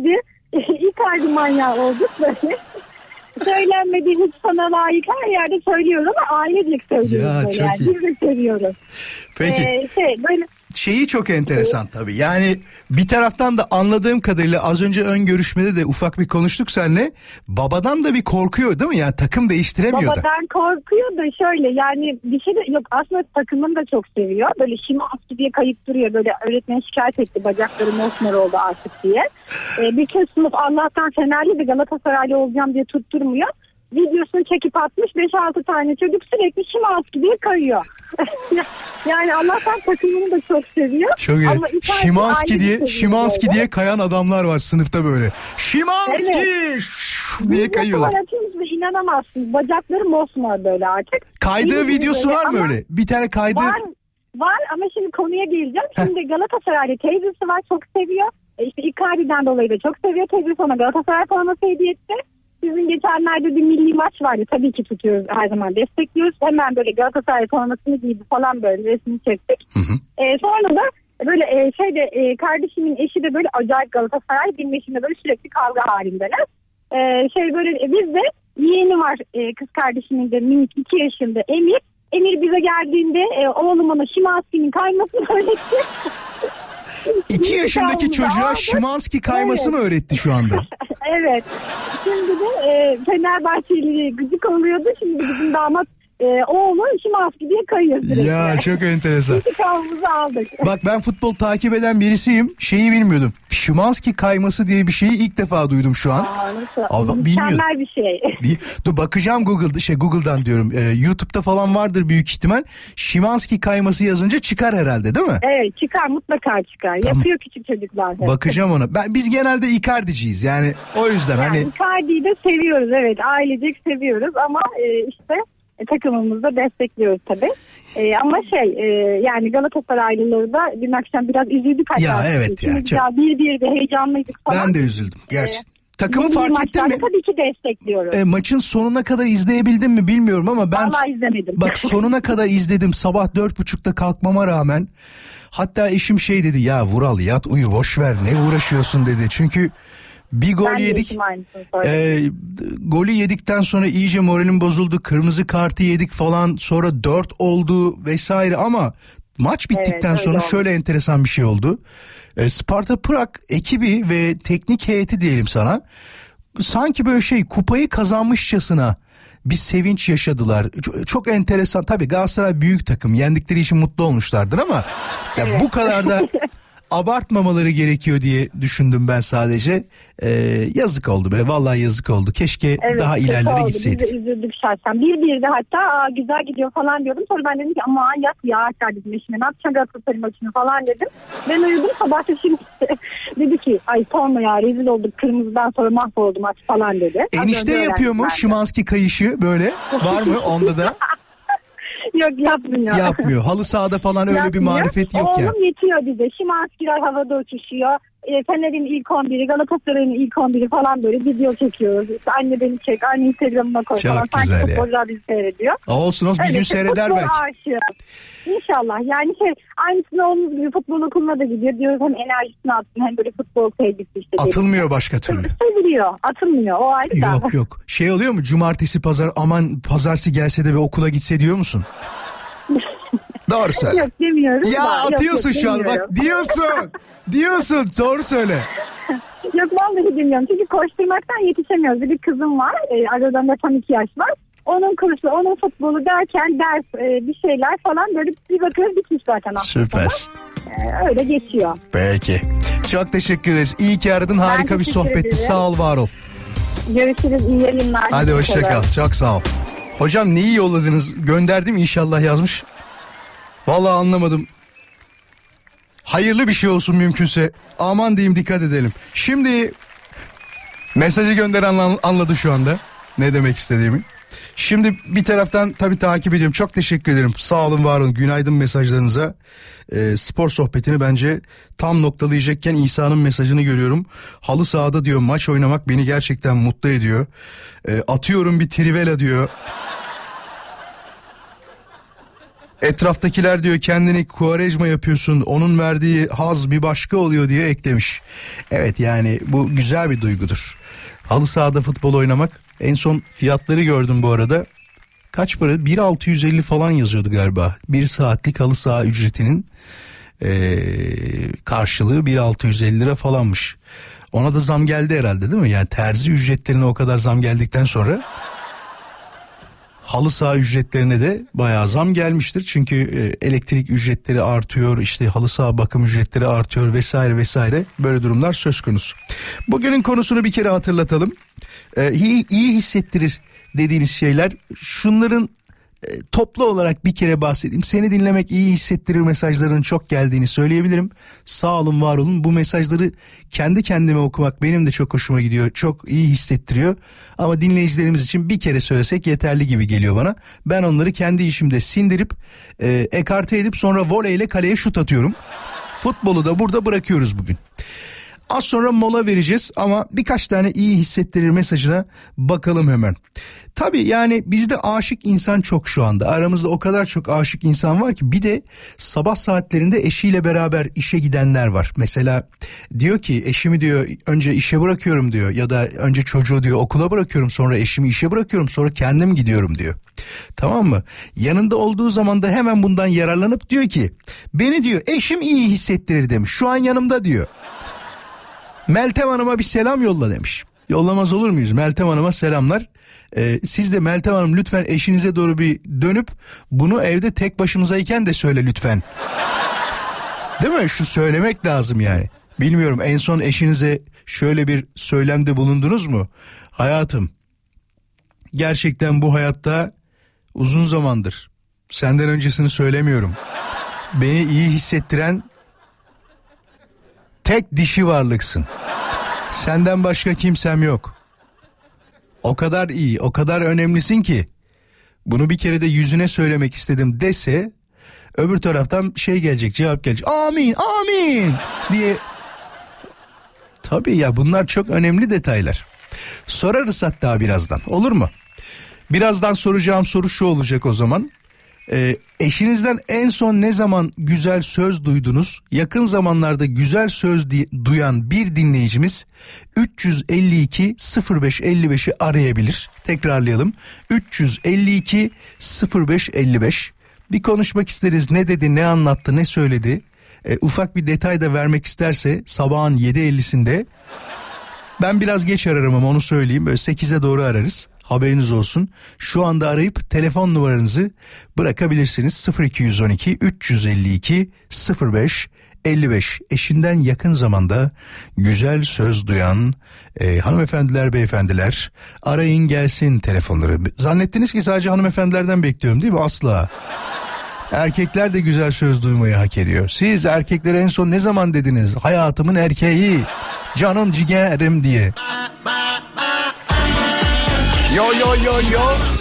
Icardi manyağı olduk böyle. Söylenmediği hiç sana layık her yerde söylüyorum ama ailecek söylüyoruz. Ya, Biz de seviyoruz. Peki. Böyle Şeyi çok enteresan tabii. Yani bir taraftan da anladığım kadarıyla az önce ön görüşmede de ufak bir konuştuk seninle. Babadan da bir korkuyor değil mi? Yani takım değiştiremiyor da. Babadan korkuyor da şöyle, yani bir şey de yok. Aslında takımını da çok seviyor. Böyle Şimanski diye kayıp duruyor. Böyle öğretmen şikayet etti, bacakları mosmor oldu artık diye. Bir sınıf Allah'tan Fenerli de Galatasaraylı olacağım diye tutturmuyor. Videosunu çekip atmış, 5-6 tane çocuk sürekli Şimanski diye kayıyor. Yani Allah'tan takımını da çok seviyor. Çok iyi. Şimanski diye kayan adamlar var sınıfta böyle. Şimanski diye kayıyorlar. İnanamazsınız. Bacakları mosmor böyle artık. Kaydığı videosu var mı öyle? Bir tane kaydı. Var ama şimdi konuya geleceğim. Şimdi Galatasaray'da teyzesi var, çok seviyor. İşte Icardi'den dolayı da çok seviyor. Teyzesi ona Galatasaray forması hediye etti. Bizim geçenlerde bir milli maç vardı. Tabii ki tutuyoruz, her zaman destekliyoruz. Hemen böyle Galatasaray formasını giydi falan, böyle resmini çektik. Sonra da böyle kardeşimin eşi de böyle acayip Galatasaray, benim eşimle böyle sürekli kavga halindeler. Böyle biz de yeğeni var, kız kardeşimin de minik 2 yaşında Emir. Emir bize geldiğinde oğlum ona Şimanski'nin kaymasını öğretti. 2 yaşındaki çocuğa Şimanski kayması mı öğretti şu anda? Evet. Şimdi de Fenerbahçeli gıcık oluyordu. Şimdi bizim damat oğlu Şimanski diye kayıyor sürekli. Ya çok enteresan. İntikamımızı aldık. Bak ben futbol takip eden birisiyim. Şeyi bilmiyordum. Şimanski kayması diye bir şeyi ilk defa duydum şu an. Mükemmel bir şey. Dur bakacağım Google'dan diyorum. YouTube'da falan vardır büyük ihtimal. Şimanski kayması yazınca çıkar herhalde değil mi? Evet, çıkar, mutlaka çıkar. Tamam. Yapıyor küçük çocuklar. Bakacağım ona. Biz genelde Icardi'ciyiz yani o yüzden yani Icardi'yi de seviyoruz, evet, ailecek seviyoruz ama işte takımımızı da destekliyoruz tabii. Ama yani Galatasaraylıları da dün akşam biraz üzüldük. Ya evet ya. Bir de heyecanlıydık falan. Ben de üzüldüm gerçekten. Takımı fark ettin mi? Tabii ki destekliyorum. Maçın sonuna kadar izleyebildin mi bilmiyorum ama ben vallahi izlemedim. Bak sonuna kadar izledim sabah 4.30'da kalkmama rağmen. Hatta eşim şey dedi, ya Vural yat uyu boş ver ne uğraşıyorsun dedi. Çünkü bir gol yedik. Golü yedikten sonra iyice moralim bozuldu. Kırmızı kartı yedik falan, sonra 4 oldu vesaire ama maç bittikten sonra şöyle enteresan bir şey oldu. Sparta Prag ekibi ve teknik heyeti diyelim sana, sanki böyle kupayı kazanmışçasına bir sevinç yaşadılar. Çok enteresan. Tabii Galatasaray büyük takım, yendikleri için mutlu olmuşlardır ama ya bu kadar da abartmamaları gerekiyor diye düşündüm ben sadece. Yazık oldu be, vallahi yazık oldu. Keşke daha ilerlere gitseydik. Biz de üzüldük şahsen. Bir de hatta güzel gidiyor falan diyordum. Sonra ben dedim ki ama yat ya dedim eşime, ne yapacağım Galatasaray maçını falan dedim. Ben uyudum, sabah şimdi dedi ki ay sorma ya rezil olduk, kırmızıdan sonra mahvoldu maç falan dedi. Enişte yapıyor mu Şimanski kayışı böyle? Var mı onda da? Yok yapmıyor. Yapmıyor. Halı sahada falan öyle bir marifet yok ya. Oğlum yetiyor bize. Şimanskiler havada uçuşuyor. Fener'in ilk 11'i, Galatasaray'ın ilk 11'i falan böyle video çekiyoruz. İşte anne beni çek, anne Instagram'ıma koy çok falan. Güzel sanki ya. futbolcular bizi seyrediyor. Olsun bir gün seyreder belki. İnşallah. Yani aynısını oğlumuz gibi futbol okuluna da gidiyor. Diyoruz hem enerjisini atsın hem böyle futbol sevgisi işte. Atılmıyor başka türlü. Seviliyor. Atılmıyor. O ayrı da. Yok. Oluyor mu? Cumartesi pazar aman pazartesi gelse de bir okula gitse diyor musun? Doğru söyle. Yok demiyorum. Ya atıyorsun şu an bak diyorsun doğru söyle. Yok vallahi bilmiyorum çünkü koşturmaktan yetişemiyoruz. Bir kızım var, aralarında tam 2 yaş var. Onun kursu, onun futbolu derken ders bir şeyler falan böyle bir bakıyoruz bitmiş zaten aslında. Süper. Öyle geçiyor. Peki. Çok teşekkür ederiz. İyi ki aradın, harika bir sohbetti. Sağ ol, var ol. Görüşürüz, iyi yayınlar. Hadi hoşça kal. Çok sağ ol. Hocam neyi yolladınız? Gönderdim inşallah yazmış. Vallahi anlamadım. Hayırlı bir şey olsun mümkünse. Aman diyeyim, dikkat edelim. Şimdi mesajı gönderen anladı şu anda ne demek istediğimi. Şimdi bir taraftan tabii takip ediyorum. Çok teşekkür ederim. Sağ olun, var olun. Günaydın mesajlarınıza. Spor sohbetini bence tam noktalayacakken İsa'nın mesajını görüyorum. Halı sahada diyor maç oynamak beni gerçekten mutlu ediyor. Atıyorum bir trivela diyor. Etraftakiler diyor kendini Quaresma yapıyorsun, onun verdiği haz bir başka oluyor diye eklemiş. Evet, yani bu güzel bir duygudur. Halı sahada futbol oynamak. En son fiyatları gördüm bu arada. Kaç para? 1.650 falan yazıyordu galiba. 1 saatlik halı saha ücretinin karşılığı 1.650 lira falanmış. Ona da zam geldi herhalde değil mi? Yani terzi ücretlerine o kadar zam geldikten sonra halı saha ücretlerine de bayağı zam gelmiştir. Çünkü elektrik ücretleri artıyor, işte halı saha bakım ücretleri artıyor vesaire vesaire, böyle durumlar söz konusu. Bugünün konusunu bir kere hatırlatalım. İyi hissettirir dediğiniz şeyler, şunların toplu olarak bir kere bahsedeyim. Seni dinlemek iyi hissettirir mesajlarının çok geldiğini söyleyebilirim. Sağ olun, var olun. Bu mesajları kendi kendime okumak benim de çok hoşuma gidiyor. Çok iyi hissettiriyor. Ama dinleyicilerimiz için bir kere söylesek yeterli gibi geliyor bana. Ben onları kendi işimde sindirip ekarte edip sonra voleyle kaleye şut atıyorum. Futbolu da burada bırakıyoruz bugün. Az sonra mola vereceğiz ama birkaç tane iyi hissettirir mesajına bakalım hemen. Tabii yani bizde aşık insan çok şu anda. Aramızda o kadar çok aşık insan var ki, bir de sabah saatlerinde eşiyle beraber işe gidenler var. Mesela diyor ki eşimi diyor önce işe bırakıyorum diyor, ya da önce çocuğu diyor okula bırakıyorum, sonra eşimi işe bırakıyorum, sonra kendim gidiyorum diyor. Tamam mı? Yanında olduğu zaman da hemen bundan yararlanıp diyor ki beni diyor eşim iyi hissettirir demiş. Şu an yanımda diyor. Meltem Hanım'a bir selam yolla demiş. Yollamaz olur muyuz? Meltem Hanım'a selamlar. Siz de Meltem Hanım lütfen eşinize doğru bir dönüp bunu evde tek başımızayken de söyle lütfen. Değil mi? Şu söylemek lazım yani. Bilmiyorum, en son eşinize şöyle bir söylemde bulundunuz mu? Hayatım, gerçekten bu hayatta uzun zamandır, senden öncesini söylemiyorum, beni iyi hissettiren tek dişi varlıksın. Senden başka kimsem yok. O kadar iyi, o kadar önemlisin ki bunu bir kere de yüzüne söylemek istedim dese, öbür taraftan şey gelecek, cevap gelecek. Amin, amin diye. Tabii ya, bunlar çok önemli detaylar. Sorarız hatta birazdan, olur mu? Birazdan soracağım soru şu olacak o zaman. Eşinizden en son ne zaman güzel söz duydunuz? Yakın zamanlarda güzel söz duyan bir dinleyicimiz 352 0555'i arayabilir. Tekrarlayalım. 352 0555. Bir konuşmak isteriz. Ne dedi, ne anlattı, ne söyledi? Ufak bir detay da vermek isterse sabahın 7.50'sinde. Ben biraz geç ararım ama onu söyleyeyim. Böyle 8'e doğru ararız. Haberiniz olsun. Şu anda arayıp telefon numaranızı bırakabilirsiniz. 0212 352 0555. Eşinden yakın zamanda güzel söz duyan hanımefendiler, beyefendiler, arayın gelsin telefonları. Zannettiniz ki sadece hanımefendilerden bekliyorum değil mi? Asla. Erkekler de güzel söz duymayı hak ediyor. Siz erkeklere en son ne zaman dediniz? Hayatımın erkeği, canım ciğerim diye. Yo yo yo yo.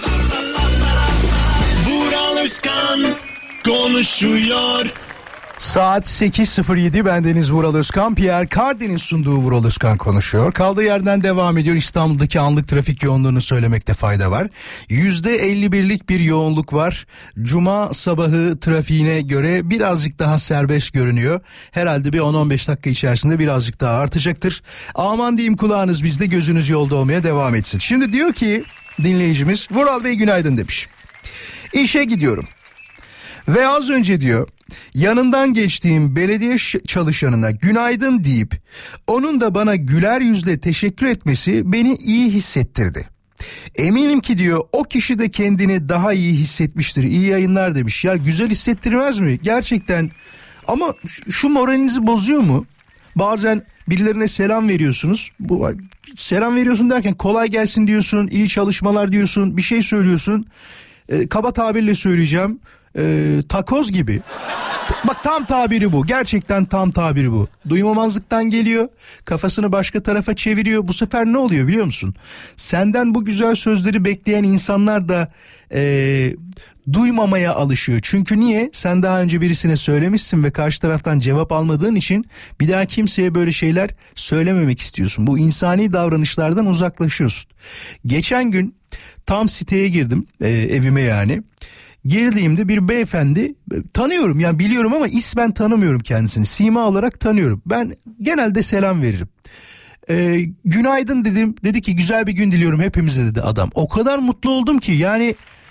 Vural Özkan konuşuyor. Saat 8.07, bendeniz Vural Özkan. Pierre Cardin'in sunduğu Vural Özkan konuşuyor. Kaldığı yerden devam ediyor. İstanbul'daki anlık trafik yoğunluğunu söylemekte fayda var. %51'lik bir yoğunluk var. Cuma sabahı trafiğine göre birazcık daha serbest görünüyor. Herhalde bir 10-15 dakika içerisinde birazcık daha artacaktır. Aman diyeyim, kulağınız bizde, gözünüz yolda olmaya devam etsin. Şimdi diyor ki dinleyicimiz, Vural Bey günaydın demiş. İşe gidiyorum. Ve az önce diyor, yanından geçtiğim belediye çalışanına günaydın deyip onun da bana güler yüzle teşekkür etmesi beni iyi hissettirdi. Eminim ki diyor o kişi de kendini daha iyi hissetmiştir. İyi yayınlar demiş. Ya güzel hissettirmez mi? Gerçekten. Ama şu moralinizi bozuyor mu? Bazen birilerine selam veriyorsunuz. Bu selam veriyorsun derken kolay gelsin diyorsun, iyi çalışmalar diyorsun, bir şey söylüyorsun. Kaba tabirle söyleyeceğim. Takoz gibi. Bak, tam tabiri bu. Gerçekten tam tabiri bu. Duymamazlıktan geliyor. Kafasını başka tarafa çeviriyor. Bu sefer ne oluyor biliyor musun? Senden bu güzel sözleri bekleyen insanlar da duymamaya alışıyor. Çünkü niye? Sen daha önce birisine söylemişsin ve karşı taraftan cevap almadığın için bir daha kimseye böyle şeyler söylememek istiyorsun. Bu insani davranışlardan uzaklaşıyorsun. Geçen gün tam siteye girdim, evime yani. Girdiğimde bir beyefendi, tanıyorum yani, biliyorum ama ismen tanımıyorum kendisini. Sima olarak tanıyorum. Ben genelde selam veririm. Günaydın dedim. Dedi ki güzel bir gün diliyorum hepimize dedi adam. O kadar mutlu oldum ki yani.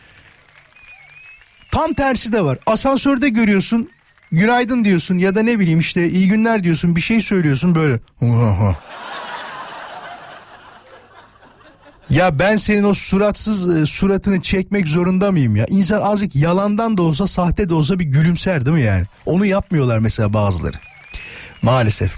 Tam tersi de var. Asansörde görüyorsun, günaydın diyorsun ya da ne bileyim işte iyi günler diyorsun, bir şey söylüyorsun böyle. Ya ben senin o suratsız suratını çekmek zorunda mıyım ya? İnsan azıcık yalandan da olsa, sahte de olsa bir gülümser değil mi yani? Onu yapmıyorlar mesela bazıları. Maalesef.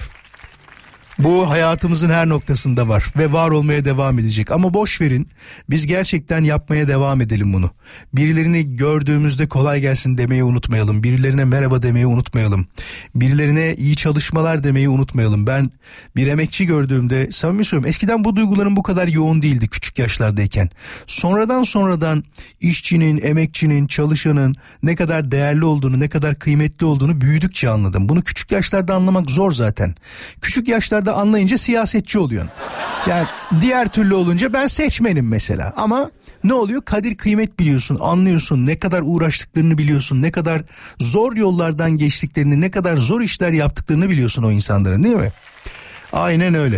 Bu hayatımızın her noktasında var ve var olmaya devam edecek. Ama boş verin, biz gerçekten yapmaya devam edelim bunu. Birilerini gördüğümüzde kolay gelsin demeyi unutmayalım. Birilerine merhaba demeyi unutmayalım. Birilerine iyi çalışmalar demeyi unutmayalım. Ben bir emekçi gördüğümde, samimi söylüyorum, eskiden bu duygularım bu kadar yoğun değildi küçük yaşlardayken. Sonradan işçinin, emekçinin, çalışanın ne kadar değerli olduğunu, ne kadar kıymetli olduğunu büyüdükçe anladım. Bunu küçük yaşlarda anlamak zor zaten. Küçük yaşlarda anlayınca siyasetçi oluyorsun. Yani diğer türlü olunca ben seçmenim mesela. Ama ne oluyor? Kadir kıymet biliyorsun, anlıyorsun, ne kadar uğraştıklarını biliyorsun, ne kadar zor yollardan geçtiklerini, ne kadar zor işler yaptıklarını biliyorsun o insanların, değil mi? Aynen öyle.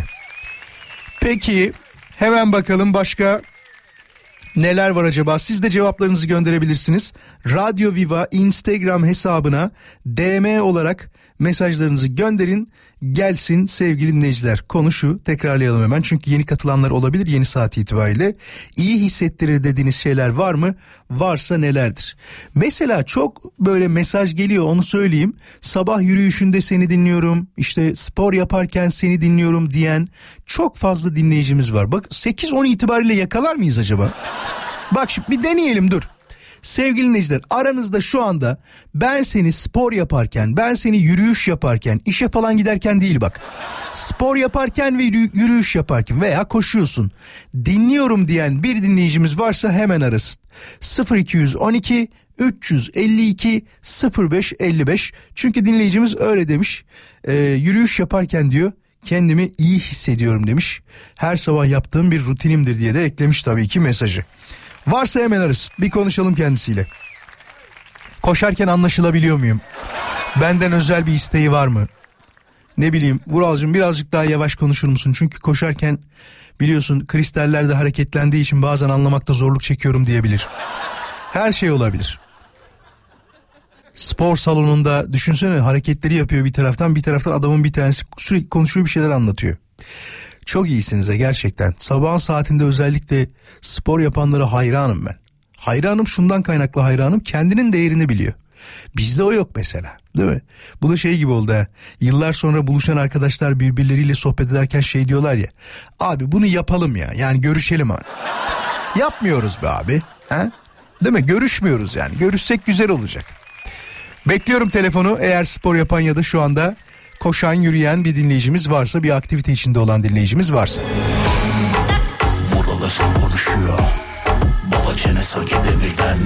Peki hemen bakalım başka neler var acaba? Siz de cevaplarınızı gönderebilirsiniz. Radyo Viva Instagram hesabına DM olarak mesajlarınızı gönderin. Gelsin sevgili dinleyiciler. Konu şu, tekrarlayalım hemen çünkü yeni katılanlar olabilir yeni saat itibariyle. İyi hissettirir dediğiniz şeyler var mı? Varsa nelerdir? Mesela çok böyle mesaj geliyor, onu söyleyeyim. Sabah yürüyüşünde seni dinliyorum, işte spor yaparken seni dinliyorum diyen çok fazla dinleyicimiz var. Bak 8-10 itibariyle yakalar mıyız acaba? Bak şimdi bir deneyelim, dur. Sevgili dinleyiciler, aranızda şu anda ben seni spor yaparken, ben seni yürüyüş yaparken, işe falan giderken değil bak. Spor yaparken ve yürüyüş yaparken veya koşuyorsun, dinliyorum diyen bir dinleyicimiz varsa hemen arasın. 0212 352 0555. Çünkü dinleyicimiz öyle demiş. Yürüyüş yaparken diyor kendimi iyi hissediyorum demiş. Her sabah yaptığım bir rutinimdir diye de eklemiş tabii ki mesajı. Varsa hemen ararız. Bir konuşalım kendisiyle. Koşarken anlaşılabiliyor muyum? Benden özel bir isteği var mı? Ne bileyim Vuralcığım birazcık daha yavaş konuşur musun? Çünkü koşarken biliyorsun kristaller de hareketlendiği için bazen anlamakta zorluk çekiyorum diyebilir. Her şey olabilir. Spor salonunda düşünsene hareketleri yapıyor bir taraftan adamın bir tanesi sürekli konuşuyor bir şeyler anlatıyor. Çok iyisiniz gerçekten. Sabahın saatinde özellikle spor yapanlara hayranım ben. Hayranım şundan kaynaklı hayranım, kendinin değerini biliyor. Bizde o yok mesela, değil mi? Bu da şey gibi oldu ha. Yıllar sonra buluşan arkadaşlar birbirleriyle sohbet ederken şey diyorlar ya. Abi bunu yapalım ya. Yani görüşelim abi. Yapmıyoruz be abi. Ha? Değil mi? Görüşmüyoruz yani. Görüşsek güzel olacak. Bekliyorum telefonu eğer spor yapan ya da şu anda koşan, yürüyen bir dinleyicimiz varsa, bir aktivite içinde olan dinleyicimiz varsa. Vural Özkan konuşuyor. Baba çene sanki demirden.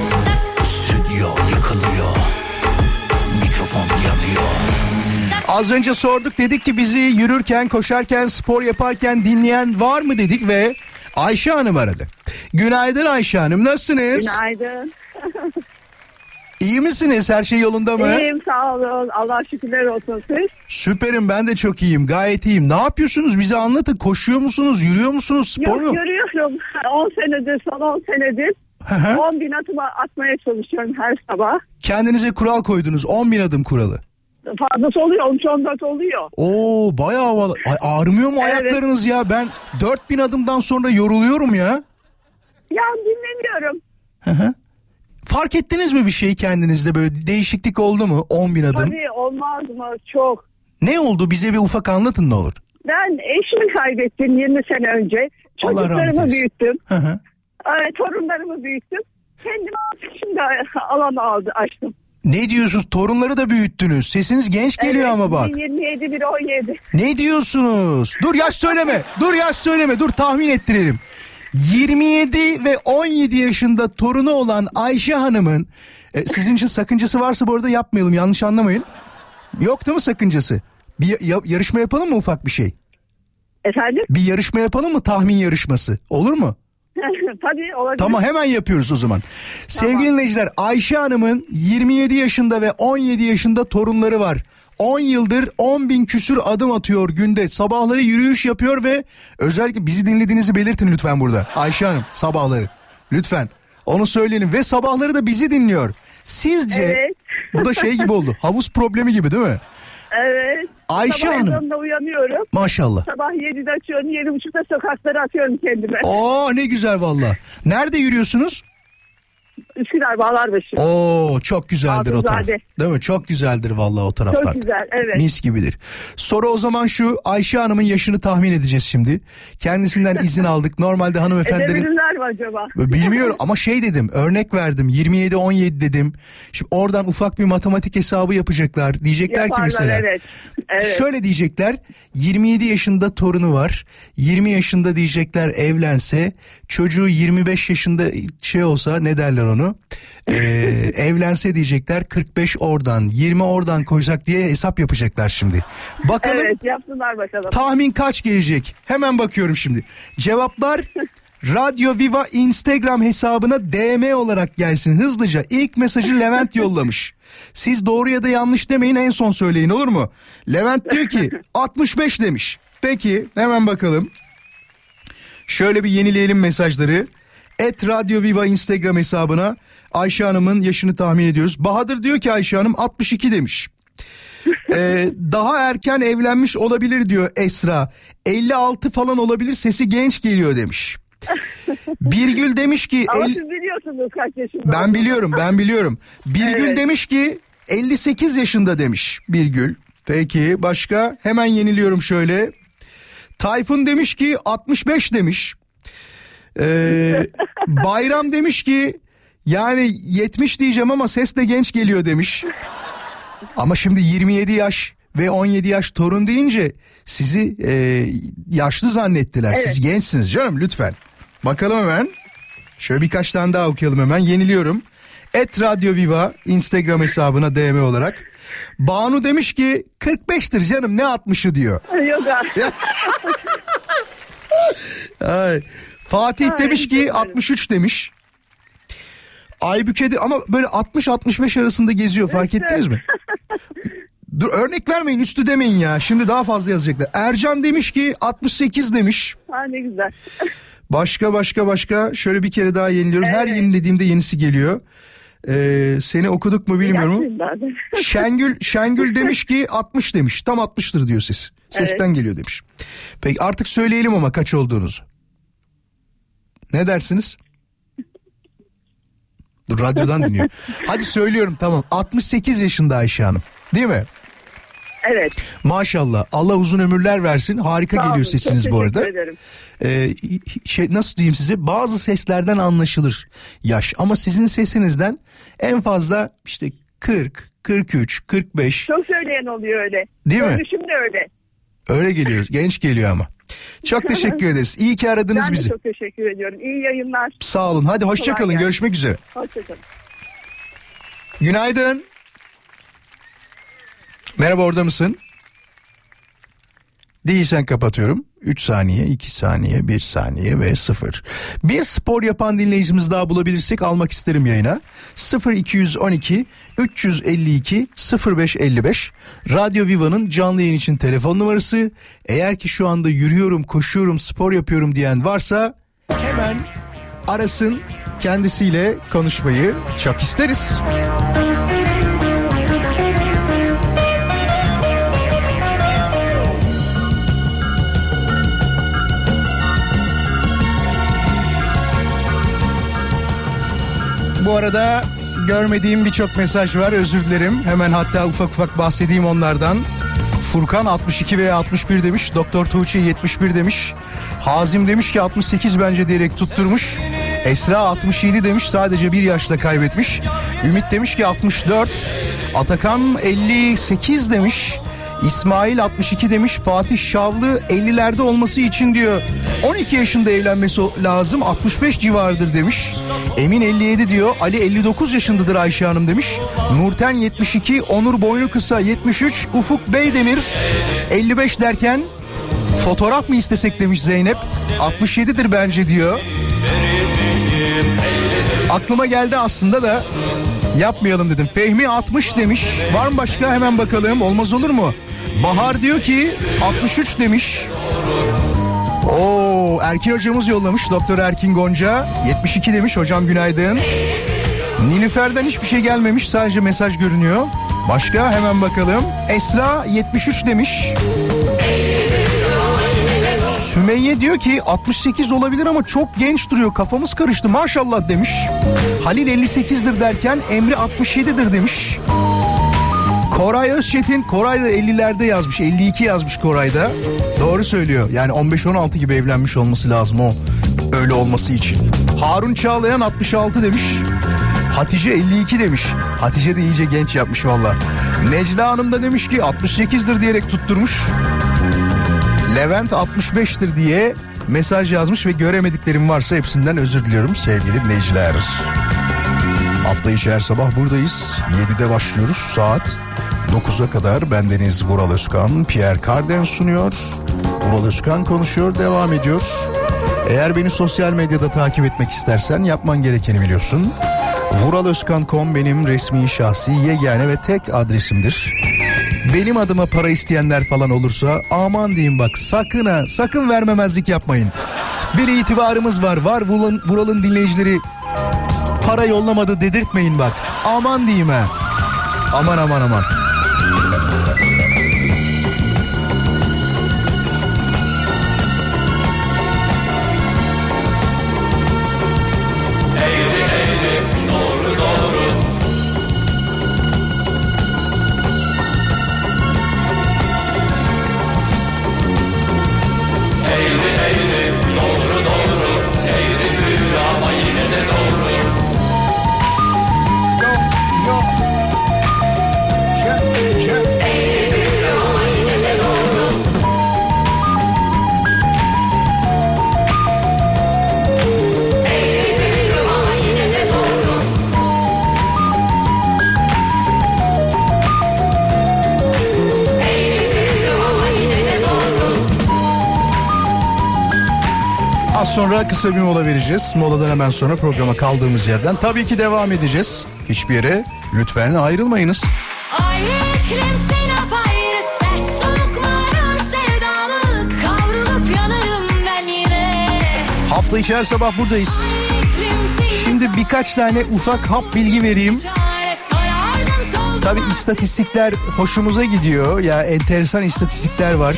Stüdyo yıkılıyor. Mikrofon yanıyor. Az önce sorduk, dedik ki bizi yürürken, koşarken, spor yaparken dinleyen var mı dedik ve Ayşe Hanım aradı. Günaydın Ayşe Hanım, nasılsınız? Günaydın. İyi misiniz? Her şey yolunda mı? İyiyim, sağ olun. Allah şükürler olsun siz. Süperim, ben de çok iyiyim, gayet iyiyim. Ne yapıyorsunuz? Bize anlatın. Koşuyor musunuz? Yürüyor musunuz? Spor mu? Yok, yürüyorum. 10 senedir, son 10 senedir 10.000 adım atmaya çalışıyorum her sabah. Kendinize kural koydunuz. 10.000 adım kuralı. Fazlası oluyor, 13-14 oluyor. Oo, bayağı havalı. Ağrımıyor mu ayaklarınız ya? Ben 4.000 adımdan sonra yoruluyorum ya. Ya dinleniyorum. Fark ettiniz mi bir şey kendinizde, böyle değişiklik oldu mu? 10.000 adım. Tabii, olmaz mı? Çok. Ne oldu? Bize bir ufak anlatın ne olur. Ben eşimi kaybettim 20 sene önce. Allah rahmet Çocuklarımı eylesin. büyüttüm. Hı. Torunlarımı büyüttüm. Kendime artık şimdi alan açtım. Ne diyorsunuz? Torunları da büyüttünüz. Sesiniz genç geliyor ama bak. 27, biri 17. Ne diyorsunuz? Dur yaş söyleme. Dur tahmin ettirelim. 27 ve 17 yaşında torunu olan Ayşe Hanım'ın sizin için sakıncası varsa bu arada yapmayalım, yanlış anlamayın. Yok değil mi sakıncası? Bir yarışma yapalım mı, ufak bir şey? Efendim? Bir yarışma yapalım mı, tahmin yarışması? Olur mu? Tabii olabilir. Tamam, hemen yapıyoruz o zaman. Sevgili dinleyiciler, Ayşe Hanım'ın 27 yaşında ve 17 yaşında torunları var. 10 yıldır 10.000 küsür adım atıyor günde. Sabahları yürüyüş yapıyor ve özellikle bizi dinlediğinizi belirtin lütfen burada. Ayşe Hanım, sabahları. Lütfen onu söyleyelim ve sabahları da bizi dinliyor. Sizce Evet. bu da şey gibi oldu. Havuz problemi gibi değil mi? Evet. Ayşe Sabah Hanım. ezanında uyanıyorum. Maşallah. Sabah 7'de açıyorum, 7.30'da sokaklara atıyorum kendime. Oo, ne güzel valla. Nerede yürüyorsunuz? Üsküdar Bağlarbaşı. Oo, çok güzeldir o taraf. Altınzade. Değil mi? Çok güzeldir vallahi o taraflar. Çok güzel, evet. Mis gibidir. Soru o zaman şu: Ayşe Hanım'ın yaşını tahmin edeceğiz şimdi. Kendisinden izin aldık. Normalde hanımefendinin... Edebilirler mi acaba? Bilmiyorum ama şey dedim, örnek verdim, 27-17 dedim. Şimdi oradan ufak bir matematik hesabı yapacaklar. Diyecekler Yaparlar, ki mesela. evet. Şöyle diyecekler: 27 yaşında torunu var. 20 yaşında diyecekler evlense, çocuğu 25 yaşında şey olsa, ne derler onu? Evlense diyecekler, 45 oradan 20 oradan koyacak diye hesap yapacaklar şimdi. Bakalım Evet, yapsınlar bakalım. tahmin kaç gelecek? Hemen bakıyorum şimdi. Cevaplar Radyo Viva Instagram hesabına DM olarak gelsin hızlıca. İlk mesajı Levent yollamış. Siz doğru ya da yanlış demeyin, en son söyleyin, olur mu? Levent diyor ki 65 demiş. Peki hemen bakalım. Şöyle bir yenileyelim mesajları. @Radyo Viva Instagram hesabına Ayşe Hanım'ın yaşını tahmin ediyoruz. Bahadır diyor ki Ayşe Hanım 62 demiş. Daha erken evlenmiş olabilir diyor Esra. 56 falan olabilir, sesi genç geliyor demiş. Birgül demiş ki... Ama siz biliyorsunuz kaç yaşında. Ben biliyorum. Birgül Evet. demiş ki 58 yaşında demiş Birgül. Peki başka, hemen yeniliyorum şöyle. Tayfun demiş ki 65 demiş. Bayram demiş ki yani 70 diyeceğim ama ses de genç geliyor demiş. Ama şimdi 27 yaş ve 17 yaş torun deyince sizi yaşlı zannettiler. Evet. Siz gençsiniz canım, lütfen. Bakalım hemen. Şöyle birkaç tane daha okuyalım hemen. Yeniliyorum. @radyoviva Instagram hesabına DM olarak. Banu demiş ki 45'tir canım, ne 60'ı diyor. Yok abi. Ay. Fatih demiş ki 63 demiş. Aybüke de ama böyle 60-65 arasında geziyor, fark ettiniz mi? Dur, örnek vermeyin, üstü demeyin ya. Şimdi daha fazla yazacaklar. Ercan demiş ki 68 demiş. Ha, ne güzel. Başka şöyle bir kere daha yeniliyorum. Her yenilediğimde yenisi geliyor. Seni okuduk mu bilmiyorum. Şengül demiş ki 60 demiş. Tam 60'tır diyor ses. Sesten geliyor demiş. Peki artık söyleyelim ama kaç olduğunuzu. Ne dersiniz? Dur, radyodan dinliyor. Hadi söylüyorum, tamam. 68 yaşında Ayşe Hanım. Değil mi? Evet. Maşallah. Allah uzun ömürler versin. Harika Sağ geliyor olun, sesiniz bu arada. Nasıl diyeyim size? Bazı seslerden anlaşılır yaş. Ama sizin sesinizden en fazla işte 40, 43, 45. Çok söyleyen oluyor öyle. Değil mi? Görünüşüm de öyle. Öyle geliyor. Genç geliyor ama. Çok teşekkür ederiz. İyi ki aradınız Ben bizi. de çok teşekkür ediyorum. İyi yayınlar. Sağ olun. Hadi hoşça kalın. gelsin. Görüşmek üzere. Hoşçakalın. Günaydın. Merhaba, orada mısın? Değilsen kapatıyorum. 3 saniye, 2 saniye, 1 saniye ve 0. Bir spor yapan dinleyicimiz daha bulabilirsek almak isterim yayına. 0212 352 0555 Radyo Viva'nın canlı yayın için telefon numarası. Eğer ki şu anda yürüyorum, koşuyorum, spor yapıyorum diyen varsa hemen arasın, kendisiyle konuşmayı çok isteriz. Bu arada görmediğim birçok mesaj var, özür dilerim. Hemen hatta ufak bahsedeyim onlardan. Furkan 62 veya 61 demiş. Doktor Tuğçe 71 demiş. Hazim demiş ki 68 bence diyerek tutturmuş. Esra 67 demiş, sadece bir yaşla kaybetmiş. Ümit demiş ki 64. Atakan 58 demiş. İsmail 62 demiş. Fatih Şavlı 50'lerde olması için diyor 12 yaşında evlenmesi lazım, 65 civarıdır demiş. Emin 57 diyor. Ali 59 yaşındadır Ayşe Hanım demiş. Nurten 72, Onur boynu kısa 73, Ufuk Beydemir 55 derken fotoğraf mı istesek demiş Zeynep. 67'dir bence diyor. Aklıma geldi aslında da yapmayalım dedim. Fehmi 60 demiş. Var mı başka? Hemen bakalım. Olmaz olur mu? Bahar diyor ki 63 demiş. Erkin hocamız yollamış. Doktor Erkin Gonca 72 demiş. Hocam günaydın. Nilüfer'den hiçbir şey gelmemiş. Sadece mesaj görünüyor. Başka? Hemen bakalım. Esra 73 demiş. Sümeyye diyor ki 68 olabilir ama çok genç duruyor, kafamız karıştı maşallah demiş. Halil 58'dir derken Emre 67'dir demiş. Koray Özçetin, Koray da 50'lerde yazmış, 52 yazmış Koray'da. Doğru söylüyor, yani 15-16 gibi evlenmiş olması lazım o öyle olması için. Harun Çağlayan 66 demiş. Hatice 52 demiş. Hatice de iyice genç yapmış valla. Necla Hanım da demiş ki 68'dir diyerek tutturmuş. Levent 65'tir diye mesaj yazmış ve göremediklerim varsa hepsinden özür diliyorum sevgili dinleyiciler. Hafta içi her sabah buradayız. 7'de başlıyoruz. Saat 9'a kadar bendeniz Vural Özkan, Pierre Carden sunuyor. Vural Özkan konuşuyor, devam ediyor. Eğer beni sosyal medyada takip etmek istersen yapman gerekeni biliyorsun. Vuralozkan.com benim resmi, şahsi, yegane ve tek adresimdir. Benim adıma para isteyenler falan olursa aman diyeyim bak, sakın vermemezlik yapmayın. Bir itibarımız var Vural'ın dinleyicileri para yollamadı dedirtmeyin bak. Aman diyeyim ha. Aman. Az sonra kısa bir mola vereceğiz. Moladan hemen sonra programa kaldığımız yerden tabii ki devam edeceğiz. Hiçbir yere lütfen ayrılmayınız. Hafta içi her sabah buradayız. Şimdi birkaç tane ufak hap bilgi vereyim. Tabii istatistikler hoşumuza gidiyor. Ya enteresan istatistikler var.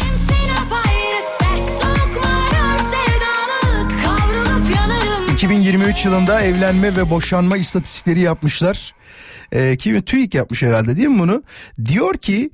2023 yılında evlenme ve boşanma istatistikleri yapmışlar. TÜİK yapmış herhalde değil mi bunu? Diyor ki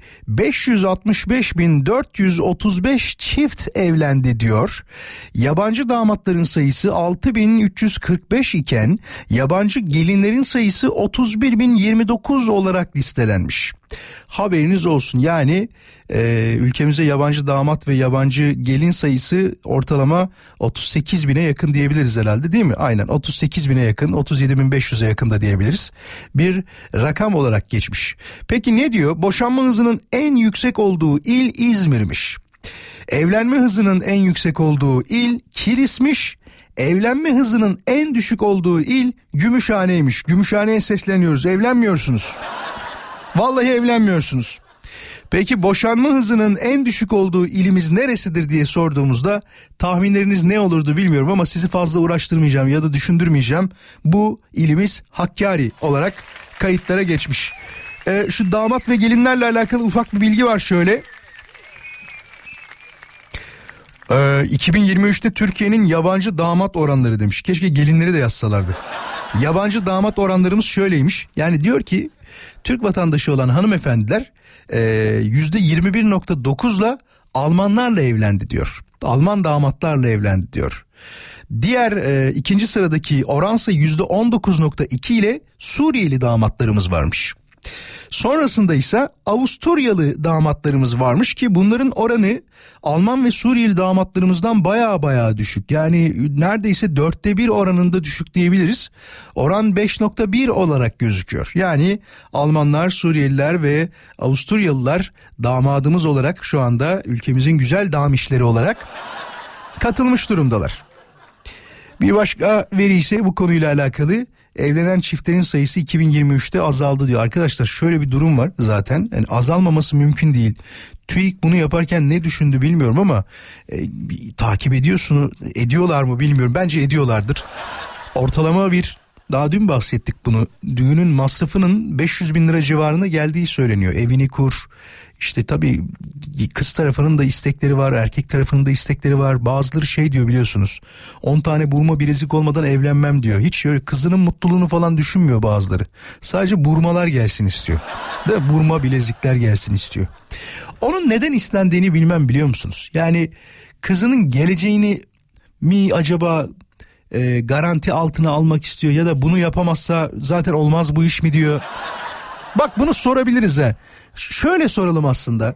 565.435 çift evlendi diyor. Yabancı damatların sayısı 6.345 iken yabancı gelinlerin sayısı 31.029 olarak listelenmiş. Haberiniz olsun. Yani ülkemize yabancı damat ve yabancı gelin sayısı ortalama 38.000'e yakın diyebiliriz herhalde değil mi? Aynen 38.000'e yakın, 37.500'e yakın da diyebiliriz. Bir rakam olarak geçmiş. Peki ne diyor? Boşanma hızının en yüksek olduğu il İzmir'miş. Evlenme hızının en yüksek olduğu il Kilis'miş. Evlenme hızının en düşük olduğu il Gümüşhane'ymiş. Gümüşhane'ye sesleniyoruz. Evlenmiyorsunuz. Vallahi evlenmiyorsunuz. Peki boşanma hızının en düşük olduğu ilimiz neresidir diye sorduğumuzda tahminleriniz ne olurdu bilmiyorum ama sizi fazla uğraştırmayacağım ya da düşündürmeyeceğim. Bu ilimiz Hakkari olarak kayıtlara geçmiş. Şu damat ve gelinlerle alakalı ufak bir bilgi var şöyle. 2023'te Türkiye'nin yabancı damat oranları demiş. Keşke gelinleri de yazsalardı. Yabancı damat oranlarımız şöyleymiş. Yani diyor ki Türk vatandaşı olan hanımefendiler %21.9'la Almanlarla evlendi diyor. Alman damatlarla evlendi diyor. Diğer ikinci sıradaki oransa %19.2 ile Suriyeli damatlarımız varmış. Sonrasında ise Avusturyalı damatlarımız varmış ki bunların oranı Alman ve Suriyeli damatlarımızdan baya düşük. Yani neredeyse 1/4 oranında düşük diyebiliriz. Oran 5.1 olarak gözüküyor. Yani Almanlar, Suriyeliler ve Avusturyalılar damadımız olarak şu anda ülkemizin güzel damişleri olarak katılmış durumdalar. Bir başka veri ise bu konuyla alakalı. Evlenen çiftlerin sayısı 2023'te azaldı diyor. Arkadaşlar şöyle bir durum var zaten. Yani azalmaması mümkün değil. TÜİK bunu yaparken ne düşündü bilmiyorum ama takip ediyorlar mı bilmiyorum. Bence ediyorlardır. Ortalama daha dün bahsettik bunu. Düğünün masrafının 500.000 lira civarına geldiği söyleniyor. Evini kur. İşte tabii kız tarafının da istekleri var, erkek tarafının da istekleri var. Bazıları şey diyor biliyorsunuz. 10 tane burma bilezik olmadan evlenmem diyor. Hiç öyle kızının mutluluğunu falan düşünmüyor bazıları. Sadece burmalar gelsin istiyor. Burma bilezikler gelsin istiyor. Onun neden istendiğini bilmem biliyor musunuz? Yani kızının geleceğini mi acaba garanti altına almak istiyor ya da bunu yapamazsa zaten olmaz bu iş mi diyor. Bak bunu sorabiliriz ha. Şöyle soralım aslında.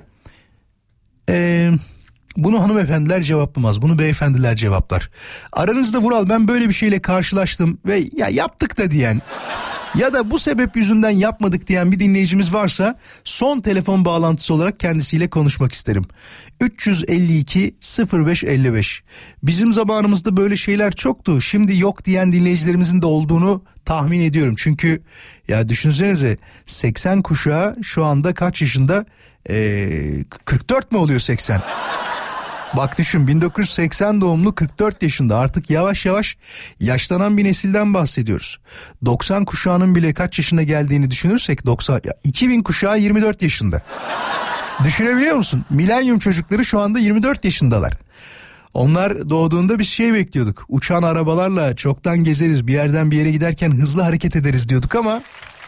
Bunu hanımefendiler cevaplamaz. Bunu beyefendiler cevaplar. Aranızda Vural ben böyle bir şeyle karşılaştım ve ya yaptık da diyen ya da bu sebep yüzünden yapmadık diyen bir dinleyicimiz varsa son telefon bağlantısı olarak kendisiyle konuşmak isterim. 352 0555. Bizim zamanımızda böyle şeyler çoktu. Şimdi yok diyen dinleyicilerimizin de olduğunu tahmin ediyorum. Çünkü ya düşünsenize 80 kuşağı şu anda kaç yaşında? 44 mi oluyor 80? Bak düşün 1980 doğumlu 44 yaşında artık yavaş yavaş yaşlanan bir nesilden bahsediyoruz. 90 kuşağının bile kaç yaşına geldiğini düşünürsek 2000 kuşağı 24 yaşında. Düşünebiliyor musun? Milenyum çocukları şu anda 24 yaşındalar. Onlar doğduğunda biz şey bekliyorduk. Uçan arabalarla çoktan gezeriz, bir yerden bir yere giderken hızlı hareket ederiz diyorduk ama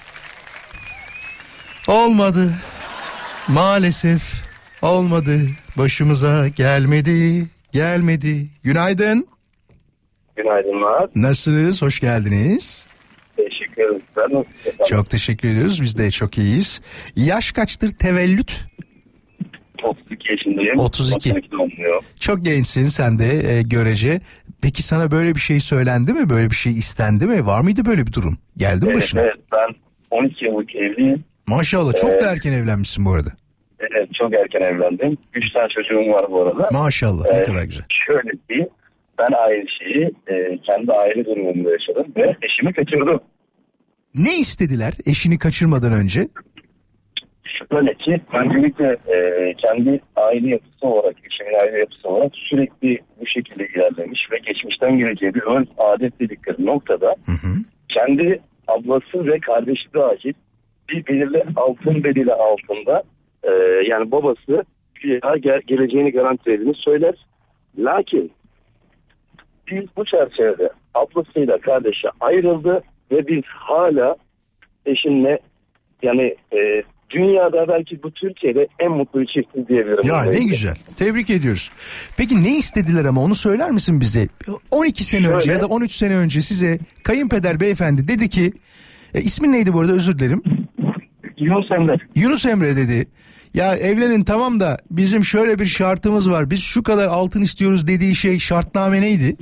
olmadı. Maalesef olmadı. Başımıza gelmedi. Günaydın. Günaydınlar. Nasılsınız? Hoş geldiniz. Teşekkür ederim. Sen nasılsın? Çok teşekkür ediyoruz. Biz de çok iyiyiz. Yaş kaçtır tevellüt? 32 yaşındayım. 32. Çok gençsin sen de görece. Peki sana böyle bir şey söylendi mi? Böyle bir şey istendi mi? Var mıydı böyle bir durum? Geldi mi başına? Evet ben 12 yıllık evliyim. Maşallah çok da erken evlenmişsin bu arada. Evet çok erken evlendim. 3 tane çocuğum var bu arada. Maşallah ne kadar güzel. Şöyle ki ben aynı şeyi kendi aile durumumda yaşadım ve eşimi kaçırdım. Ne istediler eşini kaçırmadan önce? Şöyle ki öncelikle kendi aile yapısı olarak, eşimin aile yapısı olarak sürekli bu şekilde ilerlemiş ve geçmişten geleceği bir ön adet dedikleri noktada kendi ablası ve kardeşi dahil bir belirli altın bedeli altında yani babası geleceğini garantilediğini söyler. Lakin biz bu çerçevede ablasıyla kardeşi ayrıldı ve biz hala eşimle yani dünyada belki bu Türkiye'de en mutlu çiftiz diyebilirim. Ya ne güzel. Tebrik ediyoruz. Peki ne istediler ama onu söyler misin bize? 12 sene önce ya da 13 sene önce size kayınpeder beyefendi dedi ki ismin neydi bu arada, özür dilerim. Yunus Emre. Yunus Emre dedi. Ya evlenin tamam da bizim şöyle bir şartımız var. Biz şu kadar altın istiyoruz dediği şey, şartname neydi?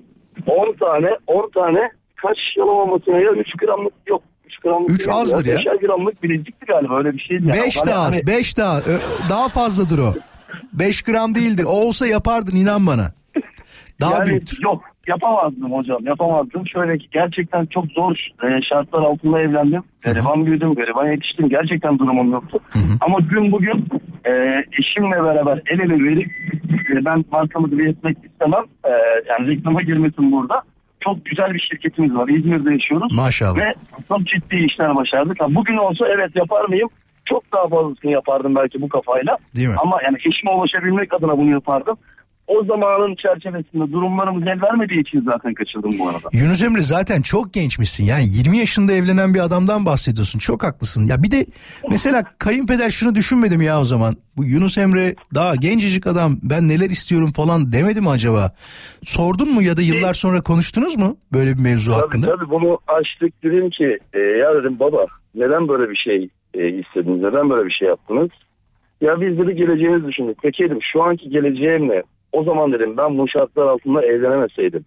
10 tane kaç yalan olmasına ya 3 gramlık yok. 3 azdır ya. 5'er gramlık bilezikti galiba, öyle bir şeydi. 5 de az, 5 daha fazladır o. 5 gram değildir. O olsa yapardın, inan bana. Daha yani büyüktür. Yok, yapamazdım hocam, yapamazdım. Şöyle ki gerçekten çok zor şartlar altında evlendim. Gariban büyüdüm, gariban yetiştim. Gerçekten durumum yoktu. Ama gün bugün eşimle beraber el ele verip ben markamızı belirtmek istemem. Yani reklama girmesin burada. Çok güzel bir şirketimiz var. İzmir'de yaşıyoruz. Maşallah. Ve çok ciddi işler başardık. Bugün olsa evet yapar mıyım? Çok daha fazlasını yapardım belki bu kafayla. Değil mi? Ama yani eşime ulaşabilmek adına bunu yapardım. O zamanın çerçevesinde durumlarımız el vermediği için zaten kaçırdım bu arada. Yunus Emre zaten çok gençmişsin. Yani 20 yaşında evlenen bir adamdan bahsediyorsun. Çok haklısın. Ya bir de mesela kayınpeder şunu düşünmedi mi ya o zaman? Bu Yunus Emre daha gencecik adam, ben neler istiyorum falan demedi mi acaba? Sordun mu ya da yıllar sonra konuştunuz mu böyle bir mevzu hakkında? Tabii bunu açtık, dedim ki ya dedim baba neden böyle bir şey istediniz? Neden böyle bir şey yaptınız? Ya biz dedi geleceğimizi düşündük. Peki dedim şu anki geleceğimle o zaman dedim ben bu şartlar altında evlenemeseydim.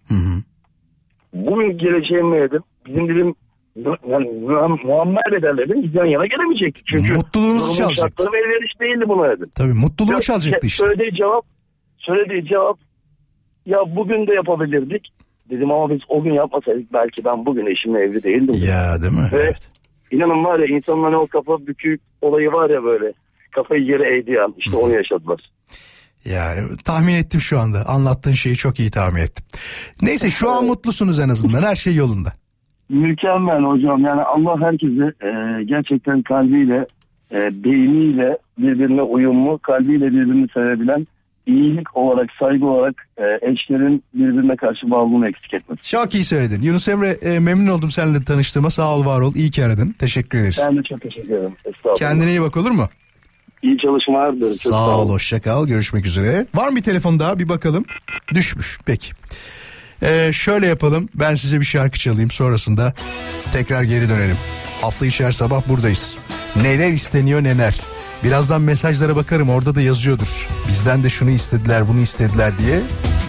Bugün geleceğimle dedim bizim dedim yani muammer ederlerim bizden yana gelemeyecek. Çünkü mutluluğunuzu çalacaktı. Şartlarım elverişli değildi buna dedim. Tabii mutluluğu çalacaktı işte. Söylediği cevap ya bugün de yapabilirdik. Dedim ama biz o gün yapmasaydık belki ben bugün eşimle evli değildim. Ya değil mi? Ve evet. İnanın var ya insanların o kafa bükük olayı var ya böyle. Kafayı yere eğdi ya işte onu yaşadılar. Ya tahmin ettim şu anda. Anlattığın şeyi çok iyi tahmin ettim. Neyse şu an mutlusunuz en azından. Her şey yolunda. Mükemmel hocam. Yani Allah herkese gerçekten kalbiyle, beyniyle birbirine uyumlu, kalbiyle birbirini sevebilen, iyilik olarak, saygı olarak eşlerin birbirine karşı bağlılığını eksik etmez. Çok iyi söyledin. Yunus Emre memnun oldum seninle tanıştığıma. Sağ ol, var ol. İyi ki aradın. Teşekkür ederiz. Ben de çok teşekkür ederim. Estağfurullah. Kendine iyi bak, olur mu? İyi çalışmalar dilerim. Sağ ol, hoşça kal. Görüşmek üzere. Var mı bir telefon daha? Bir bakalım. Düşmüş. Peki. Şöyle yapalım. Ben size bir şarkı çalayım. Sonrasında tekrar geri dönelim. Hafta içi her sabah buradayız. Neler isteniyor neler. Birazdan mesajlara bakarım. Orada da yazıyordur. Bizden de şunu istediler, bunu istediler diye.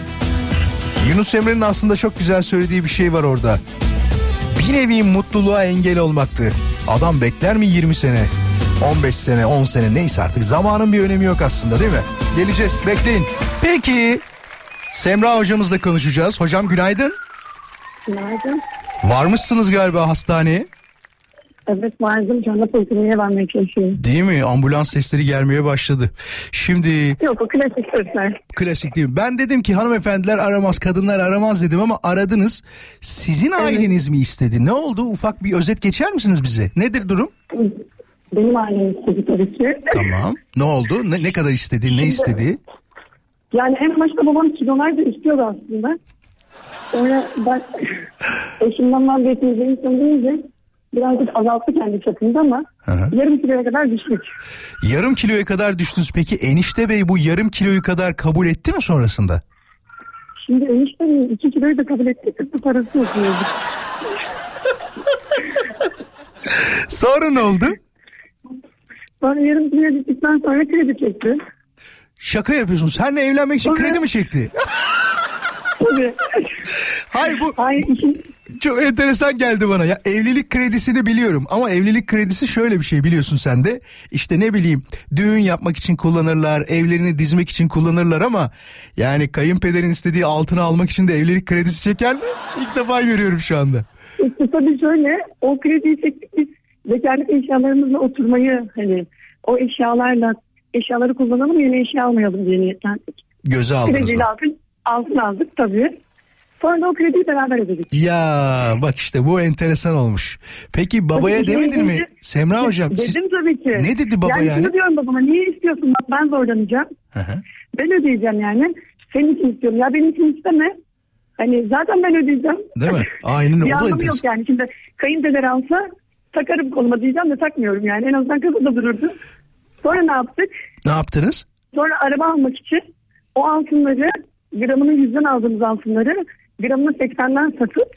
Yunus Emre'nin aslında çok güzel söylediği bir şey var orada. Bir nevi mutluluğa engel olmaktı. Adam bekler mi 20 sene? 15 sene, 10 sene, neyse artık. Zamanın bir önemi yok aslında, değil mi? Geleceğiz, bekleyin. Peki, Semra hocamızla konuşacağız. Hocam günaydın. Günaydın. Varmışsınız galiba hastaneye. Evet vardım. Canla pozitifliğe vermeye çalışıyorum. Değil mi? Ambulans sesleri gelmeye başladı. Şimdi... Yok o klasik sesler. Klasik değil mi? Ben dedim ki hanımefendiler aramaz, kadınlar aramaz dedim ama aradınız. Sizin aileniz mi istedi? Ne oldu? Ufak bir özet geçer misiniz bize? Nedir durum? Benim ailem istedi tabii ki. Tamam. Ne oldu? Ne kadar istedi? Ne istedi? Yani en başta babam kilolarca istiyordu aslında. Sonra ben eşimden vazgeçmeyeceğini söyleyince birazcık azalttı kendi çapında ama yarım kiloya kadar düştük. Yarım kiloya kadar düştünüz. Peki enişte bey bu yarım kiloyu kadar kabul etti mi sonrasında? Şimdi eniştemin 2 kiloyu da kabul etti. Kıtlı parası okuyordu. Sonra ne oldu? Sonra yarım kiloya düştükten sonra kredi çekti. Şaka yapıyorsun. Seninle evlenmek için kredi mi çekti? Tabii. Hayır bu Hayır, çok enteresan geldi bana. Ya evlilik kredisini biliyorum ama evlilik kredisi şöyle bir şey biliyorsun sen de. İşte ne bileyim düğün yapmak için kullanırlar, evlerini dizmek için kullanırlar ama yani kayınpederin istediği altını almak için de evlilik kredisi çeken ilk defa görüyorum şu anda. İşte tabii şöyle, o krediyi çektik biz bekarlık eşyalarımızla oturmayı, hani o eşyaları kullanalım, yeni eşya almayalım diye niyetlendik. Göze aldınız Krediyle mı? altın aldık tabii. Sonra da o krediyi beraber ödedik. Ya bak işte bu enteresan olmuş. Peki babaya Tabii demedin mi Semra hocam? Dedim tabii ki. Ne dedi baba yani? Şunu diyorum babama, niye istiyorsun? Bak ben zorlanacağım. Hı. Ben ödeyeceğim yani. Senin için istiyorum. Ya benim için isteme. Hani zaten ben ödeyeceğim. Değil mi? Aynen Bir o da anlamı yok enteresan. yani. Şimdi kayınpeder alsa takarım koluma diyeceğim de takmıyorum yani. En azından kasada dururdu. Sonra ne yaptık? Ne yaptınız? Sonra araba almak için o altınları, gramını 100'den aldığımız altınları gramını 80'den satıp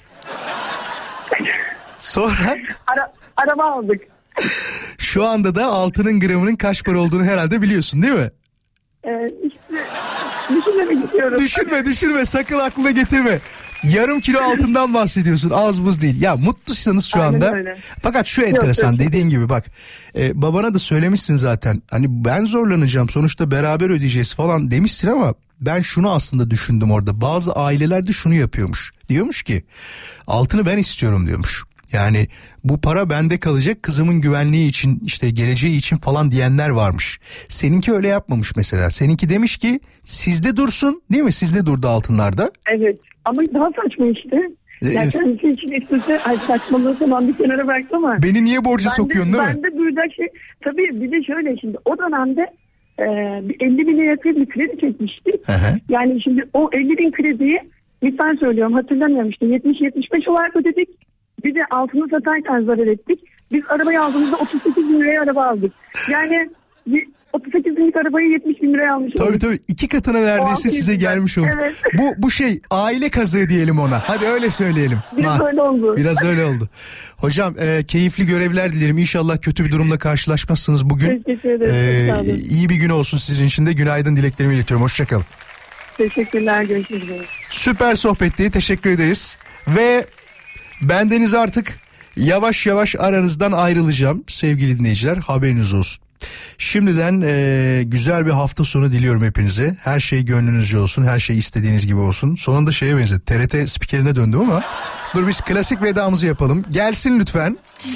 Sonra araba aldık. şu anda da altının gramının kaç para olduğunu herhalde biliyorsun değil mi? İşte düşünmemek istiyorum. Düşünme sakın aklına getirme. Yarım kilo altından bahsediyorsun, az buz değil. Ya mutluysanız şu Aynen anda. öyle. Fakat şu enteresan, yok. dediğin gibi bak. Babana da söylemişsin zaten. Hani ben zorlanacağım, sonuçta beraber ödeyeceğiz falan demişsin ama ben şunu aslında düşündüm orada. Bazı ailelerde şunu yapıyormuş. Diyormuş ki altını ben istiyorum diyormuş. Yani bu para bende kalacak, kızımın güvenliği için, işte geleceği için falan diyenler varmış. Seninki öyle yapmamış mesela. Seninki demiş ki sizde dursun, değil mi? Sizde durdu altınlarda. Evet ama daha saçma işte. Yani kendisi için istese saçmalığı tamam bir kenara bıraktı ama. Beni niye borca sokuyorsun değil mi? Ben de duyacak şey. Tabii bir de şöyle, şimdi o dönemde bir 50 bine yakın bir kredi çekmiştik. Hı. Yani şimdi o 50 bin krediyi misal söylüyorum, hatırlamıyorum, işte 70-75 olarak ödedik. Bir de altını satarken zarar ettik. Biz arabayı aldığımızda 38 bin liraya araba aldık. Yani 38 binlik arabayı 70 bin liraya almış olduk. Tabii 2 katına neredeyse size gelmiş oldu. Evet. Bu şey aile kazığı diyelim ona. Hadi öyle söyleyelim. Biraz öyle oldu. Biraz öyle oldu. Hocam keyifli görevler dilerim. İnşallah kötü bir durumla karşılaşmazsınız bugün. Teşekkür ederim. İyi bir gün olsun sizin için de. Günaydın dileklerimi iletiyorum. Hoşçakalın. Teşekkürler. Görüşmek üzere. Süper sohbetti. Teşekkür ederiz. Ve bendeniz artık yavaş yavaş aranızdan ayrılacağım sevgili dinleyiciler. Haberiniz olsun. Şimdiden güzel bir hafta sonu diliyorum hepinize. Her şey gönlünüzce olsun. Her şey istediğiniz gibi olsun. Sonunda şeye benzedi. TRT spikerine döndüm ama dur biz klasik vedamızı yapalım. Gelsin lütfen.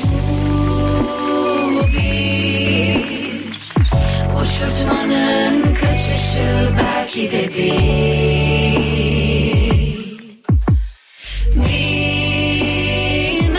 Uçurtmanın kaçışı belki de değil. Bilmem,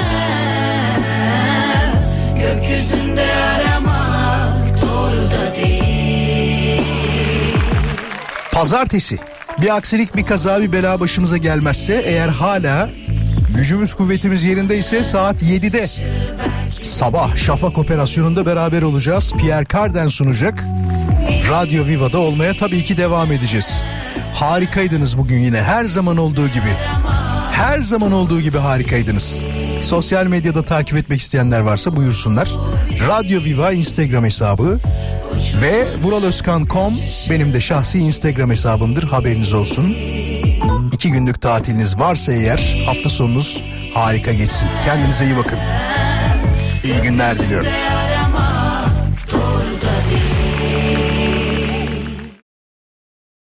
gökyüzünde aramak doğru da değil. Pazartesi. Bir aksilik, bir kaza, bir bela başımıza gelmezse, eğer hala gücümüz kuvvetimiz yerindeyse saat 7'de sabah Şafak operasyonunda beraber olacağız. Pierre Carden sunacak. Radyo Viva'da olmaya tabii ki devam edeceğiz. Harikaydınız bugün yine, her zaman olduğu gibi. Her zaman olduğu gibi harikaydınız. Sosyal medyada takip etmek isteyenler varsa buyursunlar. Radyo Viva Instagram hesabı ve vuraloskan.com benim de şahsi Instagram hesabımdır, haberiniz olsun. 2 günlük tatiliniz varsa eğer hafta sonunuz harika geçsin. Kendinize iyi bakın. İyi günler diliyorum.